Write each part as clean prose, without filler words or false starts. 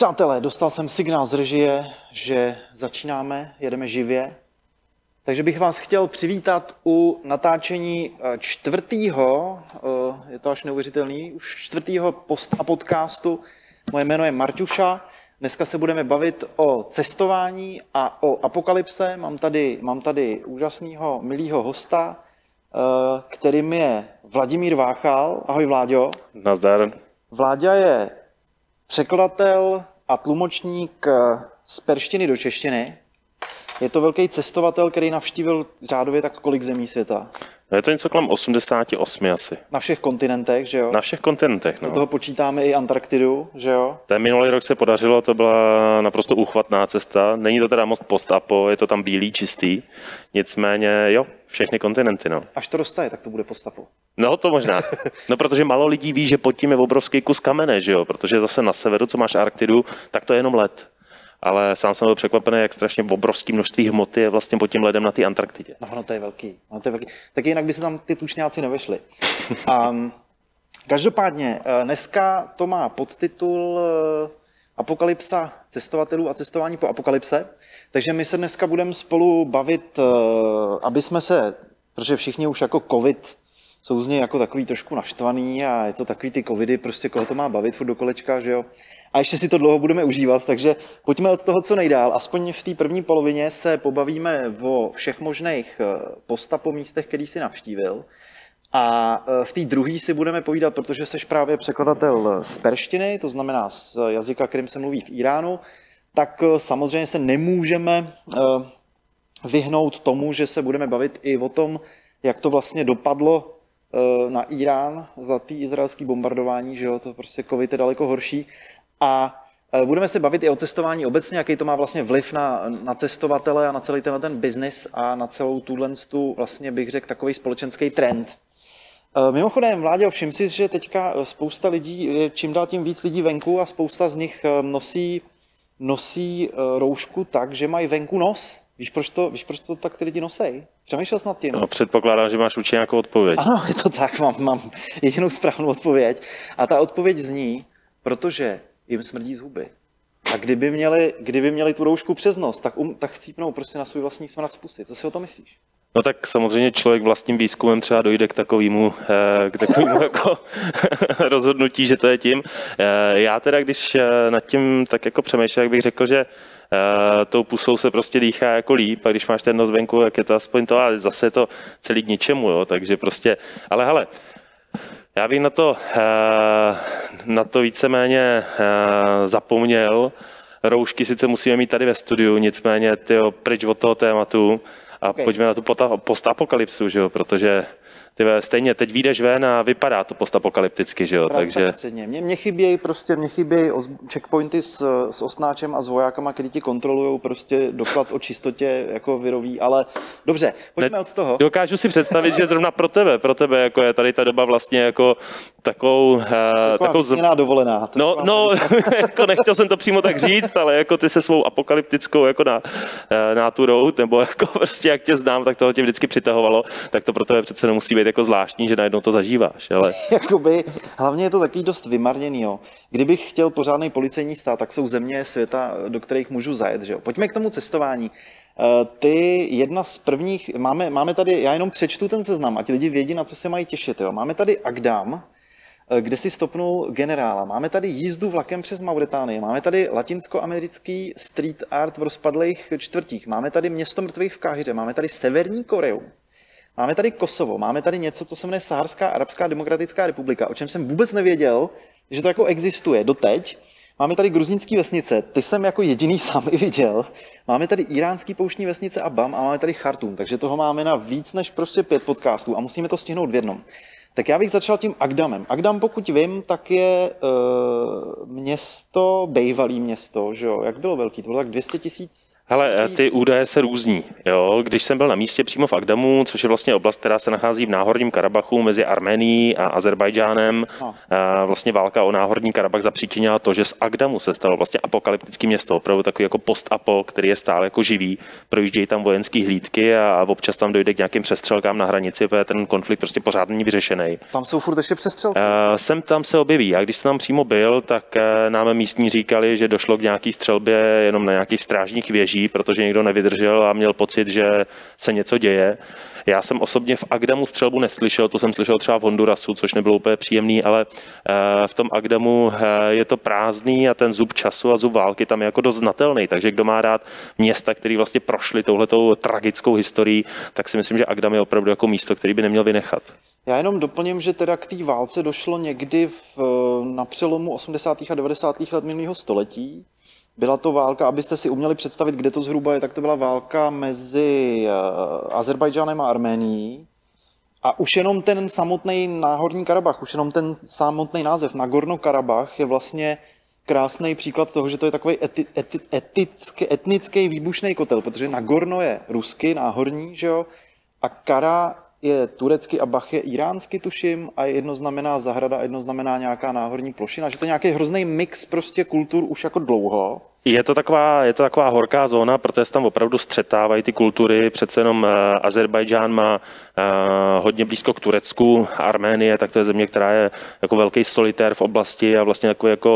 Přátelé, dostal jsem signál z režie, že začínáme, jedeme živě. Takže bych vás chtěl přivítat u natáčení čtvrtého, je to až neuvěřitelný, už čtvrtého post a podcastu. Moje jméno je Marťuša. Dneska se budeme bavit o cestování a o apokalypse. Mám tady úžasného, milého hosta, kterým je Vladimír Váchal. Ahoj, Vláďo. Nazdar. Vláďa je překladatel a tlumočník z perštiny do češtiny. Je to velký cestovatel, který navštívil řádově tak kolik zemí světa? No je to něco kolem 88 asi. Na všech kontinentech, že jo? Na všech kontinentech, no. Do toho počítáme i Antarktidu, že jo? Ten minulý rok se podařilo, to byla naprosto úchvatná cesta. Není to teda most post-apo, je to tam bílý, čistý. Nicméně, jo, všechny kontinenty, no. Až to roztaje, tak to bude post-apo. No, to možná. No, protože málo lidí ví, že pod tím je obrovský kus kamene, že jo? Protože zase na severu, co máš Arktidu, tak to je jenom led. Ale sám jsem byl překvapený, jak strašně obrovské množství hmoty je vlastně pod tím ledem na té Antarktidě. No, to je velký. Tak jinak by se tam ty tučňáci nevešli. Každopádně, dneska to má podtitul Apokalypsa cestovatelů a cestování po apokalypse. Takže my se dneska budeme spolu bavit, aby jsme se, protože všichni už jako covid jsou z něj jako takový trošku naštvaný a je to takový ty covidy, prostě koho to má bavit furt do kolečka, že jo. A ještě si to dlouho budeme užívat, takže pojďme od toho co nejdál. Aspoň v té první polovině se pobavíme o všech možných post-apo místech, který si navštívil. A v té druhé si budeme povídat, protože jsi právě překladatel z perštiny, to znamená z jazyka, kterým se mluví v Iránu, tak samozřejmě se nemůžeme vyhnout tomu, že se budeme bavit i o tom, jak to vlastně dopadlo na Irán, zlatý izraelský bombardování, že jo, to prostě covid je daleko horší. A budeme se bavit i o cestování obecně, jaký to má vlastně vliv na cestovatele a na celý ten biznis a na celou tu vlastně bych řekl takový společenský trend. Mimochodem, Vláďo, všim si, že teďka spousta lidí, je čím dál tím víc lidí venku a spousta z nich nosí roušku tak, že mají venku nos. Víš, proč to tak ty lidi nosej? Přemýšlel jsi nad tím? No, předpokládám, že máš určitě nějakou odpověď. Ano, je to tak, mám jedinou správnou odpověď. A ta odpověď zní, protože jim smrdí zuby. A kdyby měli tu roušku přes nos, tak chcípnou prostě na svůj vlastní smrad z pusy. Co si o to myslíš? No tak samozřejmě člověk vlastním výzkumem třeba dojde k takovému jako rozhodnutí, že to je tím. Já teda, když nad tím tak jako přemýšlím, jak bych řekl, že tou pusou se prostě dýchá jako líp a když máš ten nos venku, jak je to aspoň to a zase je to celý k ničemu, jo, takže prostě, ale hele, já bych na to víceméně zapomněl. Roušky sice musíme mít tady ve studiu, nicméně pryč od toho tématu a okay. Pojďme na tu postapokalypsu, že jo, protože stejně teď vyjdeš ven a vypadá to postapokalypticky, že jo, takže... Mně chybějí checkpointy s osnáčem a s vojákama, který ti kontrolujou prostě doklad o čistotě jako virový, ale dobře, pojďme od toho. Dokážu si představit, že zrovna pro tebe jako je tady ta doba vlastně jako takovou změná dovolená. No, jako nechtěl jsem to přímo tak říct, ale jako ty se svou apokalyptickou jako náturou, nebo jako prostě jak tě znám, tak tohle tě vždycky přitahovalo, tak to pro tebe přece nemusí být jako zvláštní, že najednou to zažíváš, ale... Jakoby, hlavně je to takový dost vymarněný, jo. Kdybych chtěl pořádný policejní stát, tak jsou země světa, do kterých můžu zajet, že jo. Pojďme k tomu cestování. Jedna z prvních, máme tady, já jenom přečtu ten seznam, ať lidi vědí, na co se mají těšit, jo. Máme tady Agdam, kde si stopnul generála. Máme tady jízdu vlakem přes Mauretánii. Máme tady latinskoamerický street art v rozpadlých čtvrtích. Máme tady město mrtvých v Káhiře. Máme tady Severní Koreu. Máme tady Kosovo, máme tady něco, co se jmenuje Saharská arabská demokratická republika, o čem jsem vůbec nevěděl, že to jako existuje doteď. Máme tady gruzínský vesnice, ty jsem jako jediný sám i viděl. Máme tady iránský pouštní vesnice a Bam a máme tady Chartum, takže toho máme na víc než prostě 5 podcastů a musíme to stihnout v jednom. Tak já bych začal tím Agdamem. Agdam, pokud vím, tak je bývalý město, že jo? Jak bylo velký? To bylo tak 200 000? Hele, ty údaje se různí. Jo? Když jsem byl na místě přímo v Agdamu, což je vlastně oblast, která se nachází v Náhorním Karabachu mezi Arménií a Azerbajdžánem, vlastně válka o Náhorní Karabach zapříčinila to, že z Agdamu se stalo vlastně apokalyptické město, opravdu takový jako post-apo, který je stále jako živý, projíždějí tam vojenský hlídky a občas tam dojde k nějakým přestřelkám na hranici, protože ten konflikt prostě pořád není vyřešený. vyřešený. Tam jsou furt ještě přestřelky. Sem tam se objeví. A když jsem tam přímo byl, tak nám místní říkali, že došlo k nějaký střelbě jenom na nějakých strážních věží, protože někdo nevydržel a měl pocit, že se něco děje. Já jsem osobně v Agdamu střelbu neslyšel, to jsem slyšel třeba v Hondurasu, což nebylo úplně příjemný, ale v tom Agdamu je to prázdný a ten zub času a zub války tam je jako dost znatelný, takže kdo má rád města, které vlastně prošly touhletou tragickou historií, tak si myslím, že Agdam je opravdu jako místo, který by neměl vynechat. Já jenom doplním, že teda k té válce došlo někdy na přelomu 80. a 90. let minulého století. Byla to válka, abyste si uměli představit, kde to zhruba je, tak to byla válka mezi Azerbajdžánem a Arménií. A už jenom ten samotný Náhorní Karabach, už jenom ten samotný název Nagorno-Karabach je vlastně krásný příklad toho, že to je takový etnický výbušný kotel, protože Nagorno je rusky, náhorní, že jo, a Kara je turecky a Bach je iránsky, tuším, a jedno znamená zahrada, jedno znamená nějaká náhorní plošina, že to je nějaký hrozný mix prostě kultur už jako dlouho. Je to taková horká zóna, protože se tam opravdu střetávají ty kultury. Přece jenom Azerbajdžán má hodně blízko k Turecku, Arménie, tak to je země, která je jako velký solitér v oblasti a vlastně takový jako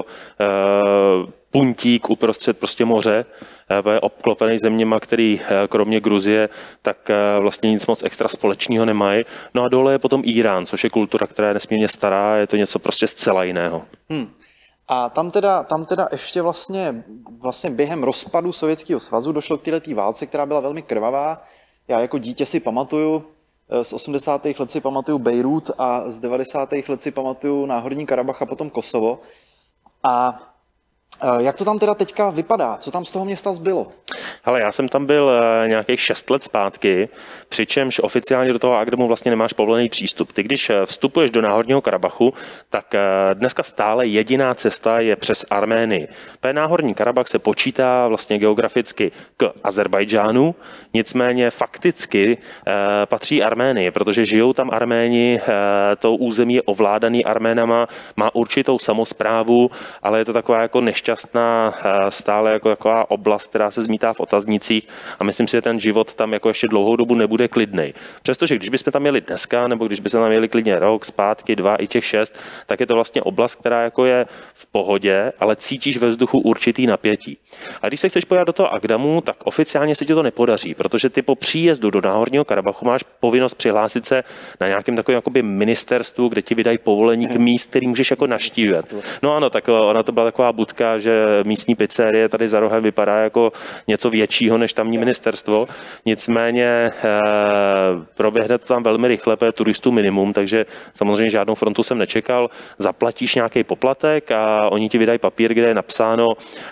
puntík uprostřed prostě moře, je obklopený zeměma, který kromě Gruzie, tak vlastně nic moc extra společného nemají. No a dole je potom Irán, což je kultura, která je nesmírně stará, je to něco prostě zcela jiného. A tam teda ještě vlastně během rozpadu Sovětského svazu došlo k této válce, která byla velmi krvavá. Já jako dítě si pamatuju, z 80. let si pamatuju Bejrút a z 90. let si pamatuju Náhorní Karabach a potom Kosovo. A jak to tam teda teďka vypadá? Co tam z toho města zbylo? Hele, já jsem tam byl nějakých 6 let zpátky, přičemž oficiálně do toho Agdamu vlastně nemáš povolený přístup. Ty, když vstupuješ do Náhorního Karabachu, tak dneska stále jediná cesta je přes Arménii. Náhorní Karabach se počítá vlastně geograficky k Azerbajdžánu, nicméně fakticky patří Arménii, protože žijou tam Arméni, to území je ovládaný Arménama, má určitou samosprávu, ale je to taková jako nešťastná stále jako taková oblast, která se zmítá v otaznicích a myslím si, že ten život tam jako ještě dlouhou dobu nebude klidnej. Přestože když bychom tam jeli dneska, nebo když bychom tam jeli klidně rok, zpátky, 2 i těch 6, tak je to vlastně oblast, která jako je v pohodě, ale cítíš ve vzduchu určitý napětí. A když se chceš podívat do toho Agdamu, tak oficiálně se ti to nepodaří, protože ty po příjezdu do Náhorního Karabachu máš povinnost přihlásit se na nějakém takovém jakoby ministerstvu, kde ti vydají povolení k míst, který můžeš jako navštívit. No ano, tak ona to byla taková budka, že místní pizzerie tady za rohem vypadá jako něco většího než tamní ministerstvo. Nicméně proběhne to tam velmi rychle, protože turistů minimum, takže samozřejmě žádnou frontu jsem nečekal. Zaplatíš nějaký poplatek a oni ti vydají papír, kde je napsáno,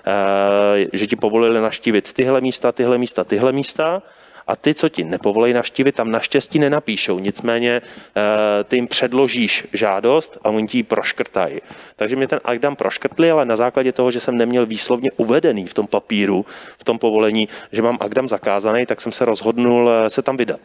že ti povolili navštívit tyhle místa. A ty, co ti nepovolí navštívit, tam naštěstí nenapíšou. Nicméně ty jim předložíš žádost a oni ti ji proškrtají. Takže mě ten Agdam proškrtli, ale na základě toho, že jsem neměl výslovně uvedený v tom papíru, v tom povolení, že mám Agdam zakázaný, tak jsem se rozhodnul se tam vydat.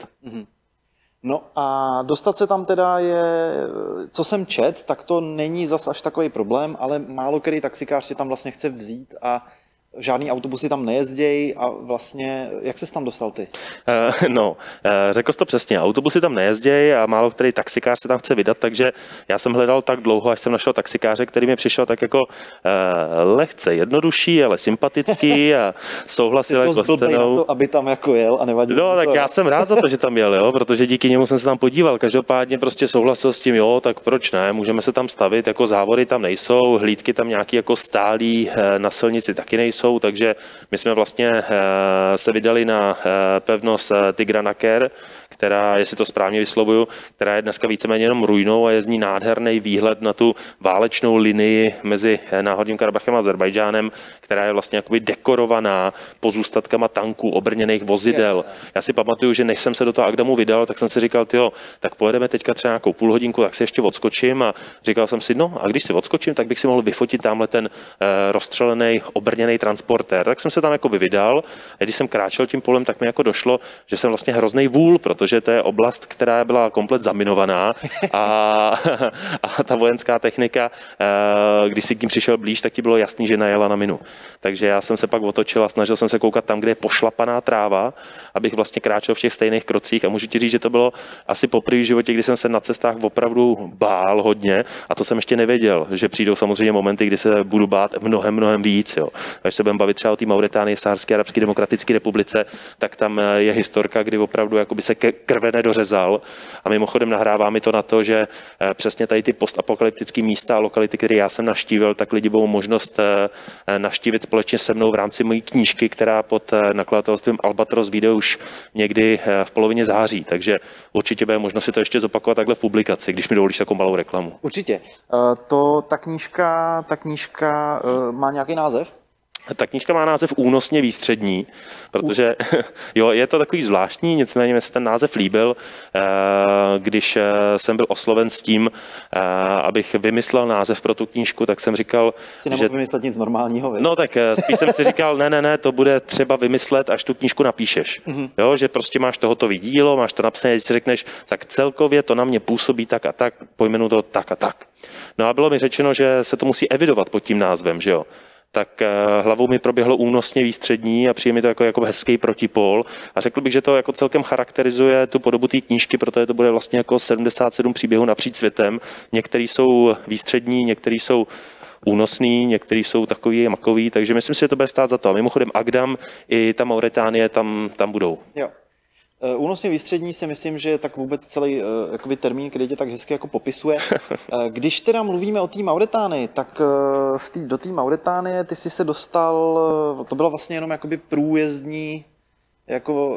No a dostat se tam teda je, co jsem čet, tak to není zas až takový problém, ale málo který taxikář si tam vlastně chce vzít a žádný autobusy tam nejezdějí a vlastně, jak ses tam dostal ty? Řekl jsi to přesně, autobusy tam nejezdějí a málo který taxikář se tam chce vydat, takže já jsem hledal tak dlouho, až jsem našel taxikáře, který mi přišel tak jako lehce jednodušší, ale sympatický a souhlasil jako s cenou. To, aby tam jako jel a nevadilo. No, tak já jsem rád za to, že tam jel, jo, protože díky němu jsem se tam podíval, každopádně prostě souhlasil s tím, jo, tak proč ne, můžeme se tam stavit, jako závody tam nejsou, hlídky tam nějaký jako stálí na silnici taky nejsou, takže my jsme vlastně se vydali na pevnost Tigranaker, která, jestli to správně vyslovuju, která je dneska víceméně jenom ruinou a je z ní nádherný výhled na tu válečnou linii mezi Náhorním Karabachem a Azerbajdžánem, která je vlastně jakoby dekorovaná pozůstatkama tanků, obrněných vozidel. Já si pamatuju, že než jsem se do toho Agdamu vydal, tak jsem si říkal, tyjo, tak pojedeme teďka třeba nějakou půl hodinku, tak si ještě odskočím a říkal jsem si, no a když si odskočím, tak bych si mohl vyfotit tamhle ten rozstřelený, obrněný transportér. Tak jsem se tam jako vydal a když jsem kráčel tím polem, tak mi jako došlo, že jsem vlastně hrozný vůl, protože to je oblast, která byla komplet zaminovaná a ta vojenská technika, když si k tím přišel blíž, tak ti bylo jasný, že najela na minu. Takže já jsem se pak otočil a snažil jsem se koukat tam, kde je pošlapaná tráva, abych vlastně kráčel v těch stejných krocích a můžu ti říct, že to bylo asi poprvé v životě, kdy jsem se na cestách opravdu bál hodně a to jsem ještě nevěděl, že přijdou samozřejmě momenty, kdy se budu bát mnohem víc. Jo. Když se budeme bavit třeba o té Mauritánii v Sahárské arabské demokratické republice, tak tam je historka, kdy opravdu jakoby se krve nedořezal a mimochodem nahrává mi to na to, že přesně tady ty postapokalyptické místa a lokality, které já jsem navštívil, tak lidi budou možnost navštívit společně se mnou v rámci mojí knížky, která pod nakladatelstvím Albatros vyjde už někdy v polovině září, takže určitě bude možnost si to ještě zopakovat takhle v publikaci, když mi dovolíš takovou malou reklamu. Určitě. Ta knížka má nějaký název? Ta knížka má název Únosně výstřední, protože jo, je to takový zvláštní, nicméně mi se ten název líbil, když jsem byl osloven s tím, abych vymyslel název pro tu knížku, tak jsem říkal, si nemohl vymyslet nic normálního, no tak spíš jsem si říkal, ne, to bude třeba vymyslet, až tu knížku napíšeš. Jo, že prostě máš to hotový dílo, máš to napsané, když si řekneš, tak celkově to na mě působí tak a tak, pojmenu to tak a tak. No a bylo mi řečeno, že se to musí evidovat pod tím názvem, že jo. Tak hlavou mi proběhlo Únosně výstřední a přijde mi to jako hezký protipol a řekl bych, že to jako celkem charakterizuje tu podobu té knížky, protože to bude vlastně jako 77 příběhů napříč světem. Některý jsou výstřední, některý jsou únosný, některý jsou takový makový, takže myslím si, že to bude stát za to. A mimochodem Agdam i ta Mauritánie tam budou. Jo. Únosně výstřední si myslím, že je tak vůbec celý jakoby termín, který tě tak hezky jako popisuje. Když teda mluvíme o té Mauritánii, tak do té Mauritánie ty jsi se dostal, to bylo vlastně jenom jakoby průjezdní jako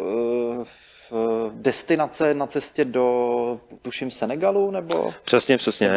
destinace na cestě do, tuším, Senegalu, nebo? Přesně.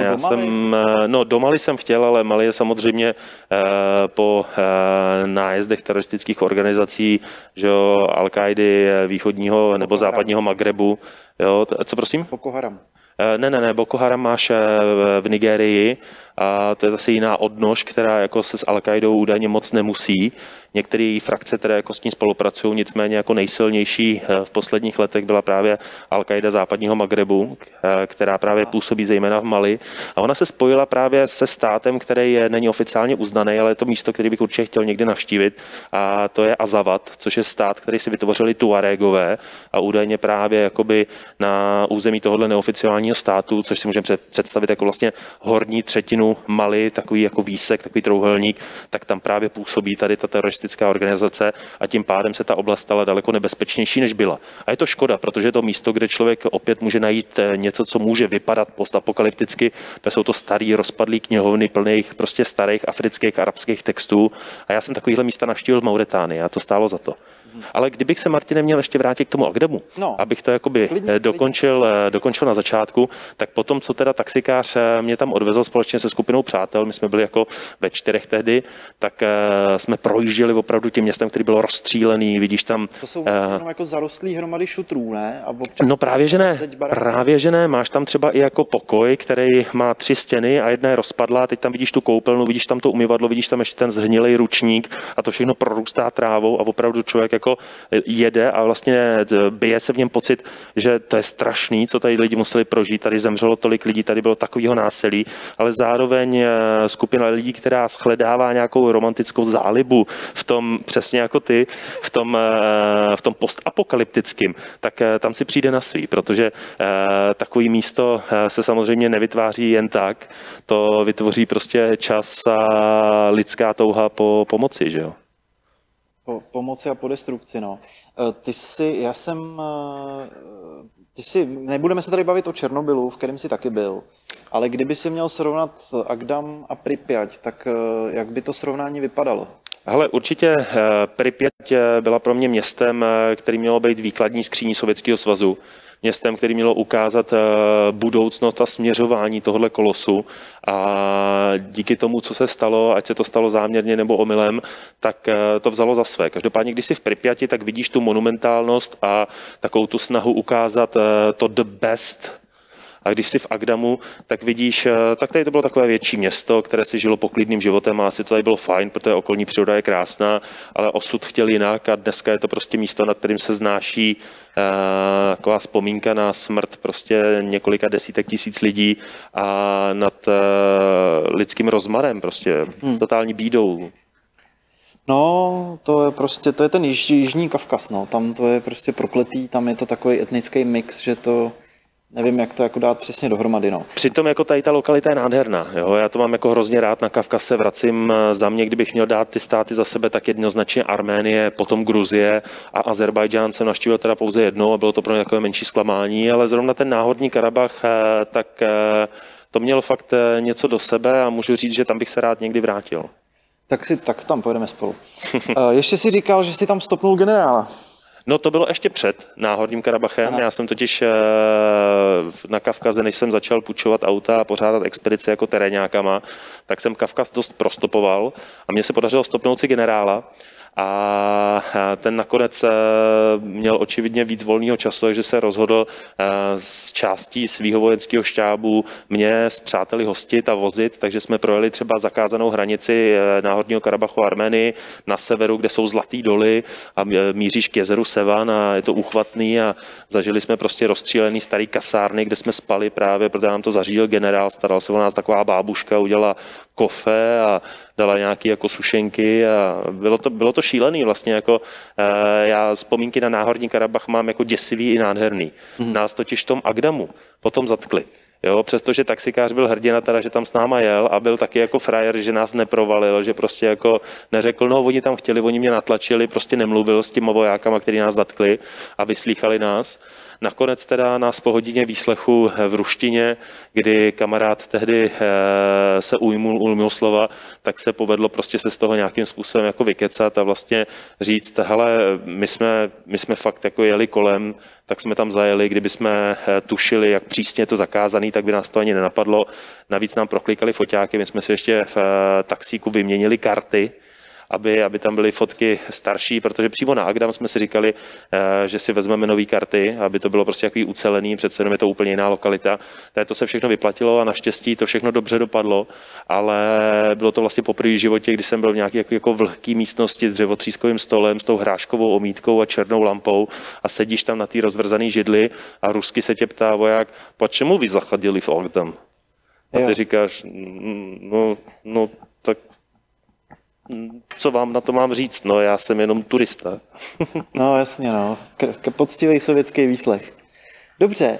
Do Mali jsem chtěl, ale Mali je samozřejmě po nájezdech teroristických organizací, že jo, Al-Káidy východního nebo západního Magrebu. Jo, co prosím? Boko Haram. Ne, Boko Haram máš v Nigérii a to je zase jiná odnož, která jako se s Al-Qaidou údajně moc nemusí. Některé frakce, které jako s ní spolupracují, nicméně jako nejsilnější v posledních letech byla právě Al-Qaida západního Magrebu, která právě působí zejména v Mali. A ona se spojila právě se státem, který není oficiálně uznaný, ale je to místo, který bych určitě chtěl někdy navštívit. A to je Azawad, což je stát, který si vytvořili Tuaregové a údajně právě jakoby na území tohohle neoficiálního státu, což si můžeme představit jako vlastně horní třetinu Mali, takový jako výsek, takový trouhelník, tak tam právě působí tady ta teroristická organizace a tím pádem se ta oblast stala daleko nebezpečnější, než byla. A je to škoda, protože je to místo, kde člověk opět může najít něco, co může vypadat postapokalypticky, protože jsou to starý rozpadlý knihovny plných prostě starých afrických, arabských textů. A já jsem takovýhle místa navštívil v Mauritánii a to stálo za to. Ale kdybych se, Martine, měl ještě vrátit k tomu Agdamu, abych to jakoby dokončil na začátku, tak potom, co teda taxikář mě tam odvezl společně se skupinou přátel, my jsme byli jako ve 4 tehdy, tak jsme projížděli opravdu tím městem, který byl rozstřílený, vidíš tam... To jsou jenom jako zarostlý hromady šutrů, ne? A no právě že ne, máš tam třeba i jako pokoj, který má 3 stěny a jedna je rozpadlá, teď tam vidíš tu koupelnu, vidíš tam to umyvadlo, vidíš tam ještě ten zhnilej ručník a to všechno prorůstá trávou a opravdu člověk jako jede a vlastně bije se v něm pocit, že to je strašný, co tady lidi museli prožít, tady zemřelo tolik lidí, tady bylo takového násilí, ale zároveň skupina lidí, která shledává nějakou romantickou zálibu v tom, přesně jako ty, v tom postapokalyptickým, tak tam si přijde na svý, protože takový místo se samozřejmě nevytváří jen tak, to vytvoří prostě čas a lidská touha po pomoci, že jo? Po pomoci a po destrukci, no. Nebudeme se tady bavit o Černobylu, v kterém jsi taky byl, ale kdyby si měl srovnat Agdam a Pripyat, tak jak by to srovnání vypadalo? Hele, určitě Pripyat byla pro mě městem, který mělo být výkladní skříní Sovětského svazu. Městem, který mělo ukázat budoucnost a směřování tohohle kolosu a díky tomu, co se stalo, ať se to stalo záměrně nebo omylem, tak to vzalo za své. Každopádně, když jsi v Pripyati, tak vidíš tu monumentálnost a takovou tu snahu ukázat to the best A když jsi v Agdamu, tak vidíš, tak tady to bylo takové větší město, které si žilo poklidným životem a asi to tady bylo fajn, protože okolní příroda je krásná, ale osud chtěl jinak a dneska je to prostě místo, nad kterým se znáší taková vzpomínka na smrt prostě několika desítek tisíc lidí a nad lidským rozmarem, prostě totální bídou. No, to je prostě, to je ten jižní Kavkaz, no, tam to je prostě prokletý, tam je to takový etnický mix, že to, nevím, jak to jako dát přesně dohromady, no. Přitom jako tady ta lokalita je nádherná, jo? Já to mám jako hrozně rád, na Kavkaz se vracím, za mě, kdybych měl dát ty státy za sebe, tak jednoznačně Arménie, potom Gruzie a Azerbajdžán jsem navštívil teda pouze jednou a bylo to pro mě takové menší zklamání, ale zrovna ten Náhorní Karabach, tak to mělo fakt něco do sebe a můžu říct, že tam bych se rád někdy vrátil. Tak tam pojedeme spolu. Ještě si říkal, že si tam stopnul generála. No to bylo ještě před Náhorním Karabachem. Aha. Já jsem totiž na Kavkaze, než jsem začal půjčovat auta a pořádat expedice jako teréňákama, tak jsem Kavkaz dost prostopoval a mně se podařilo stopnout si generála. A ten nakonec měl očividně víc volného času, takže se rozhodl z částí svého vojenského štábu mě s přáteli hostit a vozit, takže jsme projeli třeba zakázanou hranici Náhorního Karabachu a Arménii na severu, kde jsou zlatý doly a míříš k jezeru Sevan a je to úchvatný a zažili jsme prostě rozstřílený starý kasárny, kde jsme spali právě, protože nám to zařídil generál, staral se o nás taková bábuška, udělala kofe a dala nějaké jako sušenky a bylo to šílený vlastně, jako já vzpomínky na Náhorní Karabach mám jako děsivý i nádherný. Nás totiž v tom Agdamu potom zatkli. Jo, přestože taxikář byl hrdina teda, že tam s náma jel a byl taky jako frajer, že nás neprovalil, že prostě jako neřekl, no oni tam chtěli, oni mě natlačili, prostě nemluvil s těma vojákama, kteří nás zatkli a vyslýchali nás. Nakonec teda nás po hodině výslechu v ruštině, kdy kamarád tehdy se ujmul slova, tak se povedlo prostě se z toho nějakým způsobem jako vykecat a vlastně říct, hele, my jsme fakt jako jeli kolem, tak jsme tam zajeli, kdyby jsme tušili, jak přísně je to zakázaný, tak by nás to ani nenapadlo. Navíc nám proklikali foťáky, my jsme si ještě v taxíku vyměnili karty, aby tam byly fotky starší, protože přímo na Agdam jsme si říkali, že si vezmeme nový karty, aby to bylo prostě takový ucelený, přece jenom je to úplně jiná lokalita. To se všechno vyplatilo a naštěstí to všechno dobře dopadlo, ale bylo to vlastně poprvé v životě, kdy jsem byl v nějaké jako vlhké místnosti s dřevotřískovým stolem, s tou hráškovou omítkou a černou lampou a sedíš tam na té rozvrzané židli a rusky se tě ptá voják, počemu vy zachodili v Agdam? A ty říkáš, no tak co vám na to mám říct? No, já jsem jenom turista. No, jasně, no. Poctivý sovětský výslech. Dobře,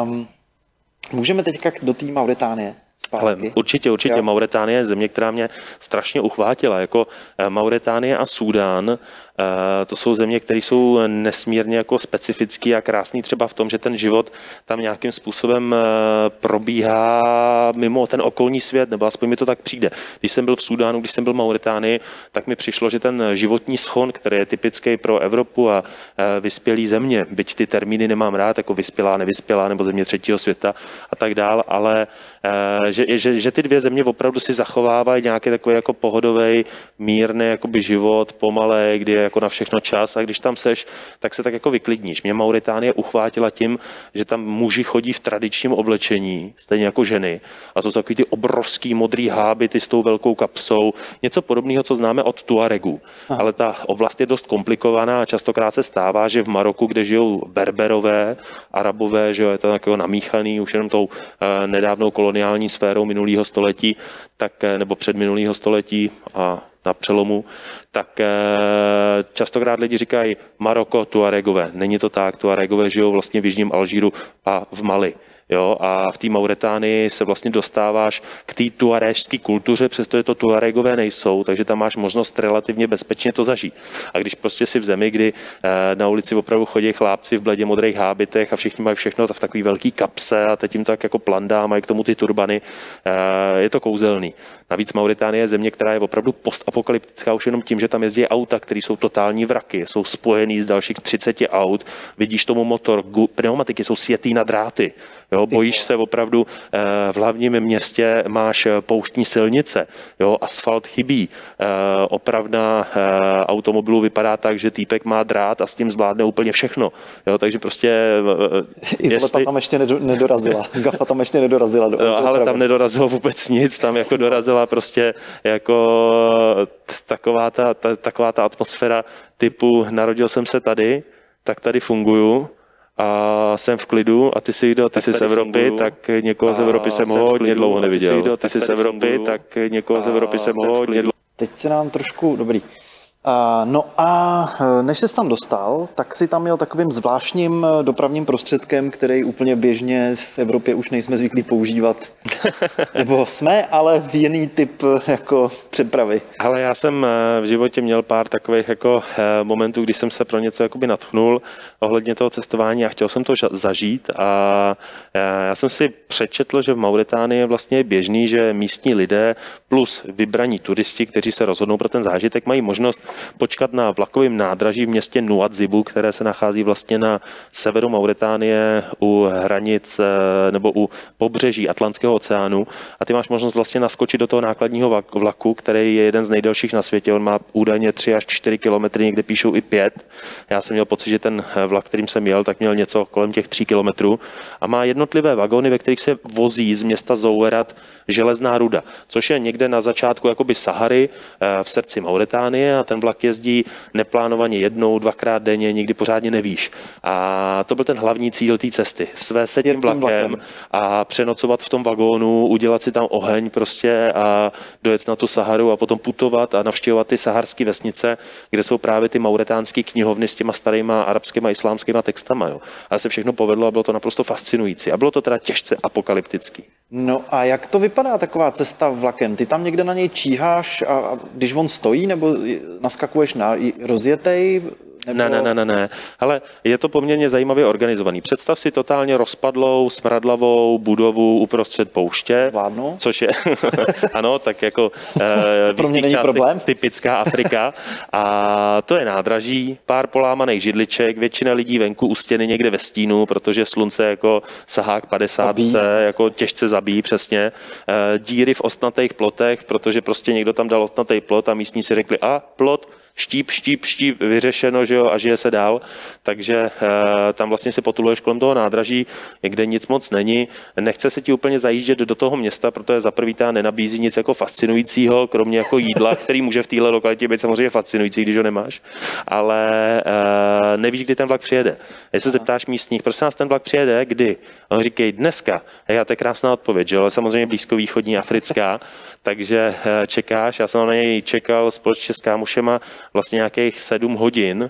můžeme teďka do té Mauritánie. Ale určitě. Jo. Mauritánie je země, která mě strašně uchvátila. Jako Mauritánie a Súdán, to jsou země, které jsou nesmírně jako specifický a krásný třeba v tom, že ten život tam nějakým způsobem probíhá mimo ten okolní svět, nebo aspoň mi to tak přijde. Když jsem byl v Súdánu, když jsem byl v Mauritánii, tak mi přišlo, že ten životní schon, který je typický pro Evropu a vyspělý země, byť ty termíny nemám rád, jako vyspělá, nevyspělá, nebo země třetího světa a tak dál, ale že ty dvě země opravdu si zachovávají nějaký takový jako pohodový, mírný jakoby život, pomalej, kdy je jako na všechno čas a když tam seš, tak se tak jako vyklidníš. Mě Mauritánie uchvátila tím, že tam muži chodí v tradičním oblečení, stejně jako ženy. A to jsou takový ty obrovský modrý hábity s tou velkou kapsou, něco podobného, co známe od Tuaregů. Ale ta oblast je dost komplikovaná a častokrát se stává, že v Maroku, kde žijou Berberové, Arabové, že jo, je to takového namíchaný už jenom tou nedávnou koloniální sférou minulého století, tak, nebo předminulého století a na přelomu, tak častokrát lidi říkají Maroko, Tuaregové. Není to tak, Tuaregové žijou vlastně v jižním Alžíru a v Mali. Jo, a v té Mauritánii se vlastně dostáváš k té tuaréžské kultuře, přestože to Tuaregové nejsou, takže tam máš možnost relativně bezpečně to zažít. A když prostě si v zemi, kdy na ulici opravdu chodí chlápci v bledě modrých hábitech a všichni mají všechno v takový velký kapse a teď jim to tak jako plandá, mají k tomu ty turbany, je to kouzelný. Navíc Mauritánie je země, která je opravdu postapokalyptická už jenom tím, že tam jezdí auta, které jsou totální vraky, jsou spojený z dalších 30 aut, vidíš tomu motor, pneumatiky jsou sjetý na dráty. Jo, Jo, bojíš se opravdu, v hlavním městě máš pouštní silnice, jo, asfalt chybí, opravna automobilu vypadá tak, že týpek má drát a s tím zvládne úplně všechno. Jo, takže prostě... Izoleta tam ještě nedorazila, Gafa tam ještě nedorazila. Ale tam nedorazilo vůbec nic, tam jako dorazila prostě jako taková ta atmosféra typu narodil jsem se tady, tak tady funguju a jsem v klidu a ty jsi kdo, ty jsi z Evropy, tak někoho z Evropy jsem hodně dlouho neviděl. Ty jsi z Evropy, tak někoho z Evropy jsem hodně dlouho. Teď se nám trošku, dobrý. No a než ses tam dostal, tak si tam jel takovým zvláštním dopravním prostředkem, který úplně běžně v Evropě už nejsme zvyklí používat. Nebo jsme, ale v jiný typ jako přepravy. Ale já jsem v životě měl pár takových jako momentů, kdy jsem se pro něco jakoby nadchnul ohledně toho cestování a chtěl jsem to zažít a já jsem si přečetl, že v Mauritánii je vlastně běžný, že místní lidé plus vybraní turisti, kteří se rozhodnou pro ten zážitek, mají možnost počkat na vlakovém nádraží v městě Nouadhibou, které se nachází vlastně na severu Mauritánie u hranic nebo u pobřeží Atlantského oceánu a ty máš možnost vlastně naskočit do toho nákladního vlaku, který je jeden z nejdelších na světě. On má údajně 3 až 4 kilometry, někde píšou i 5. Já jsem měl pocit, že ten vlak, kterým jsem jel, tak měl něco kolem těch 3 kilometrů a má jednotlivé vagóny, ve kterých se vozí z města Zouerat železná ruda, což je někde na začátku jakoby Sahary v srdci Mauritánie a ten vlak jezdí neplánovaně jednou, dvakrát denně, nikdy pořádně nevíš. A to byl ten hlavní cíl té cesty. Svést se tím vlakem a přenocovat v tom vagónu, udělat si tam oheň prostě a dojet na tu Saharu a potom putovat a navštěvovat ty saharské vesnice, kde jsou právě ty mauretánské knihovny s těma starýma arabskýma islámskýma textama. Jo. A se všechno povedlo a bylo to naprosto fascinující. A bylo to teda těžce apokalyptický. No a jak to vypadá taková cesta vlakem? Ty tam někde na něj číháš a když on stojí, nebo naskakuješ na rozjetej? Nebo... Ne. Ale je to poměrně zajímavě organizovaný. Představ si totálně rozpadlou, smradlavou budovu uprostřed pouště. Zvládnu? Což je, ano, tak jako pro mě není problém. Typická Afrika. A to je nádraží, pár polámaných židliček, většina lidí venku u stěny někde ve stínu, protože slunce jako sahá k 50, jako těžce zabíjí přesně. Díry v ostnatých plotech, protože prostě někdo tam dal ostnatý plot a místní si řekli, plot, štíp, vyřešeno, že jo, a žije se dál. Takže tam vlastně se potuluješ kolem toho nádraží, kde nic moc není. Nechce se ti úplně zajíždět do toho města, protože za prvý ta nenabízí nic jako fascinujícího, kromě jako jídla, který může v téhle lokalitě být samozřejmě fascinující, když ho nemáš. Ale nevíš, kdy ten vlak přijede. Když se zeptáš místních, prosím vás, ten vlak přijede, kdy? On říkají dneska. A to je krásná odpověď, že jo, ale samozřejmě blízkovýchodní, africká. Takže čekáš, já jsem na něj čekal společně s kámošema vlastně nějakých 7 hodin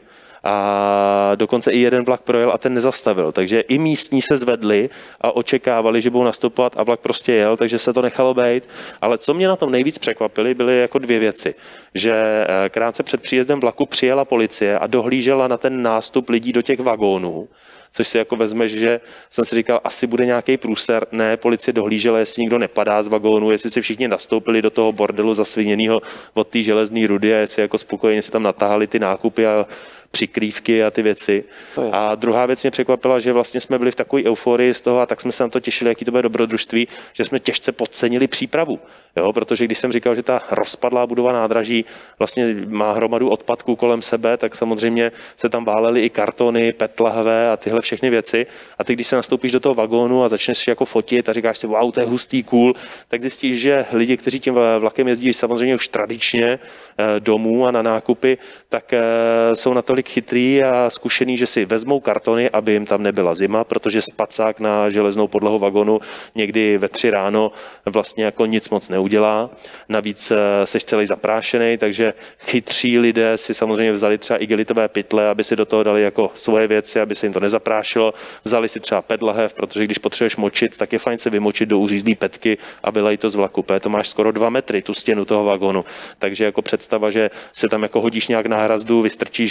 a dokonce i jeden vlak projel a ten nezastavil. Takže i místní se zvedli a očekávali, že budou nastupovat a vlak prostě jel, takže se to nechalo být. Ale co mě na tom nejvíc překvapily, byly jako 2 věci. Že krátce před příjezdem vlaku přijela policie a dohlížela na ten nástup lidí do těch vagónů. Což si jako vezmeš, že jsem si říkal, asi bude nějaký průser. Ne, policie dohlížela, jestli nikdo nepadá z vagónu, jestli si všichni nastoupili do toho bordelu zasviněného od té železné rudy a jestli jako spokojeně si tam natahali ty nákupy a přikrývky a ty věci. A druhá věc mě překvapila, že vlastně jsme byli v takové euforii z toho a tak jsme se na to těšili, jaký to bude dobrodružství, že jsme těžce podcenili přípravu. Jo, protože když jsem říkal, že ta rozpadlá budova nádraží vlastně má hromadu odpadků kolem sebe, tak samozřejmě se tam válely i kartony, PET lahve a tyhle všechny věci. A ty, když se nastoupíš do toho vagónu a začneš si jako fotit a říkáš si, wow, to je hustý, cool, tak zjistíš, že lidi, kteří tím vlakem jezdí samozřejmě už tradičně domů a na nákupy, tak jsou natolik chytrý a zkušený, že si vezmou kartony, aby jim tam nebyla zima, protože spacák na železnou podlahu vagonu někdy ve 3 ráno vlastně jako nic moc neudělá. Navíc seš celý zaprášený, takže chytří lidé si samozřejmě vzali třeba igelitové pytle, aby si do toho dali jako svoje věci, aby se jim to nezaprášilo. Vzali si třeba PET lahev, protože když potřebuješ močit, tak je fajn se vymočit do uřízlý petky a vylej to z vlaku. To máš skoro 2 metry, tu stěnu toho vagonu. Takže jako představa, že se tam jako hodíš nějak na hrazdu, vystrčíš ho a tak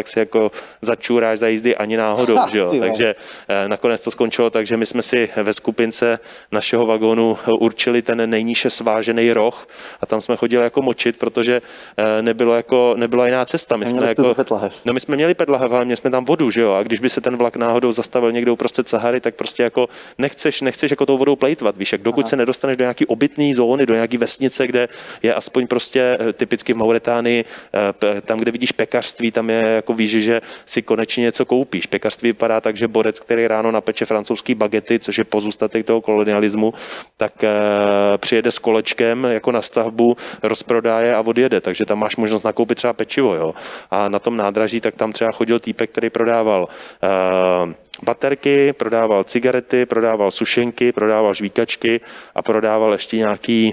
tak si jako začůráš za jízdy ani náhodou, že jo? Takže nakonec to skončilo tak, že my jsme si ve skupince našeho vagónu určili ten nejníže svážený roh a tam jsme chodili jako močit, protože nebyla jiná cesta. My jsme měli PET-lahev, ale měli jsme tam vodu, že jo? A když by se ten vlak náhodou zastavil někde uprostřed Sahary, tak prostě jako nechceš jako tou vodou plejtvat, víš, jak dokud se nedostaneš do nějaký obytný zóny, do nějaký vesnice, kde je aspoň prostě typicky v Mauretánii, tam, kde vidíš pekařství, tam je jako víš, že si konečně něco koupíš. Pekařství vypadá tak, že borec, který ráno napeče francouzský bagety, což je pozůstatek toho kolonialismu, tak přijede s kolečkem jako na stavbu, rozprodá je a odjede, takže tam máš možnost nakoupit třeba pečivo, jo. A na tom nádraží tak tam třeba chodil týpek, který prodával baterky, prodával cigarety, prodával sušenky, prodával žvíkačky a prodával ještě nějaký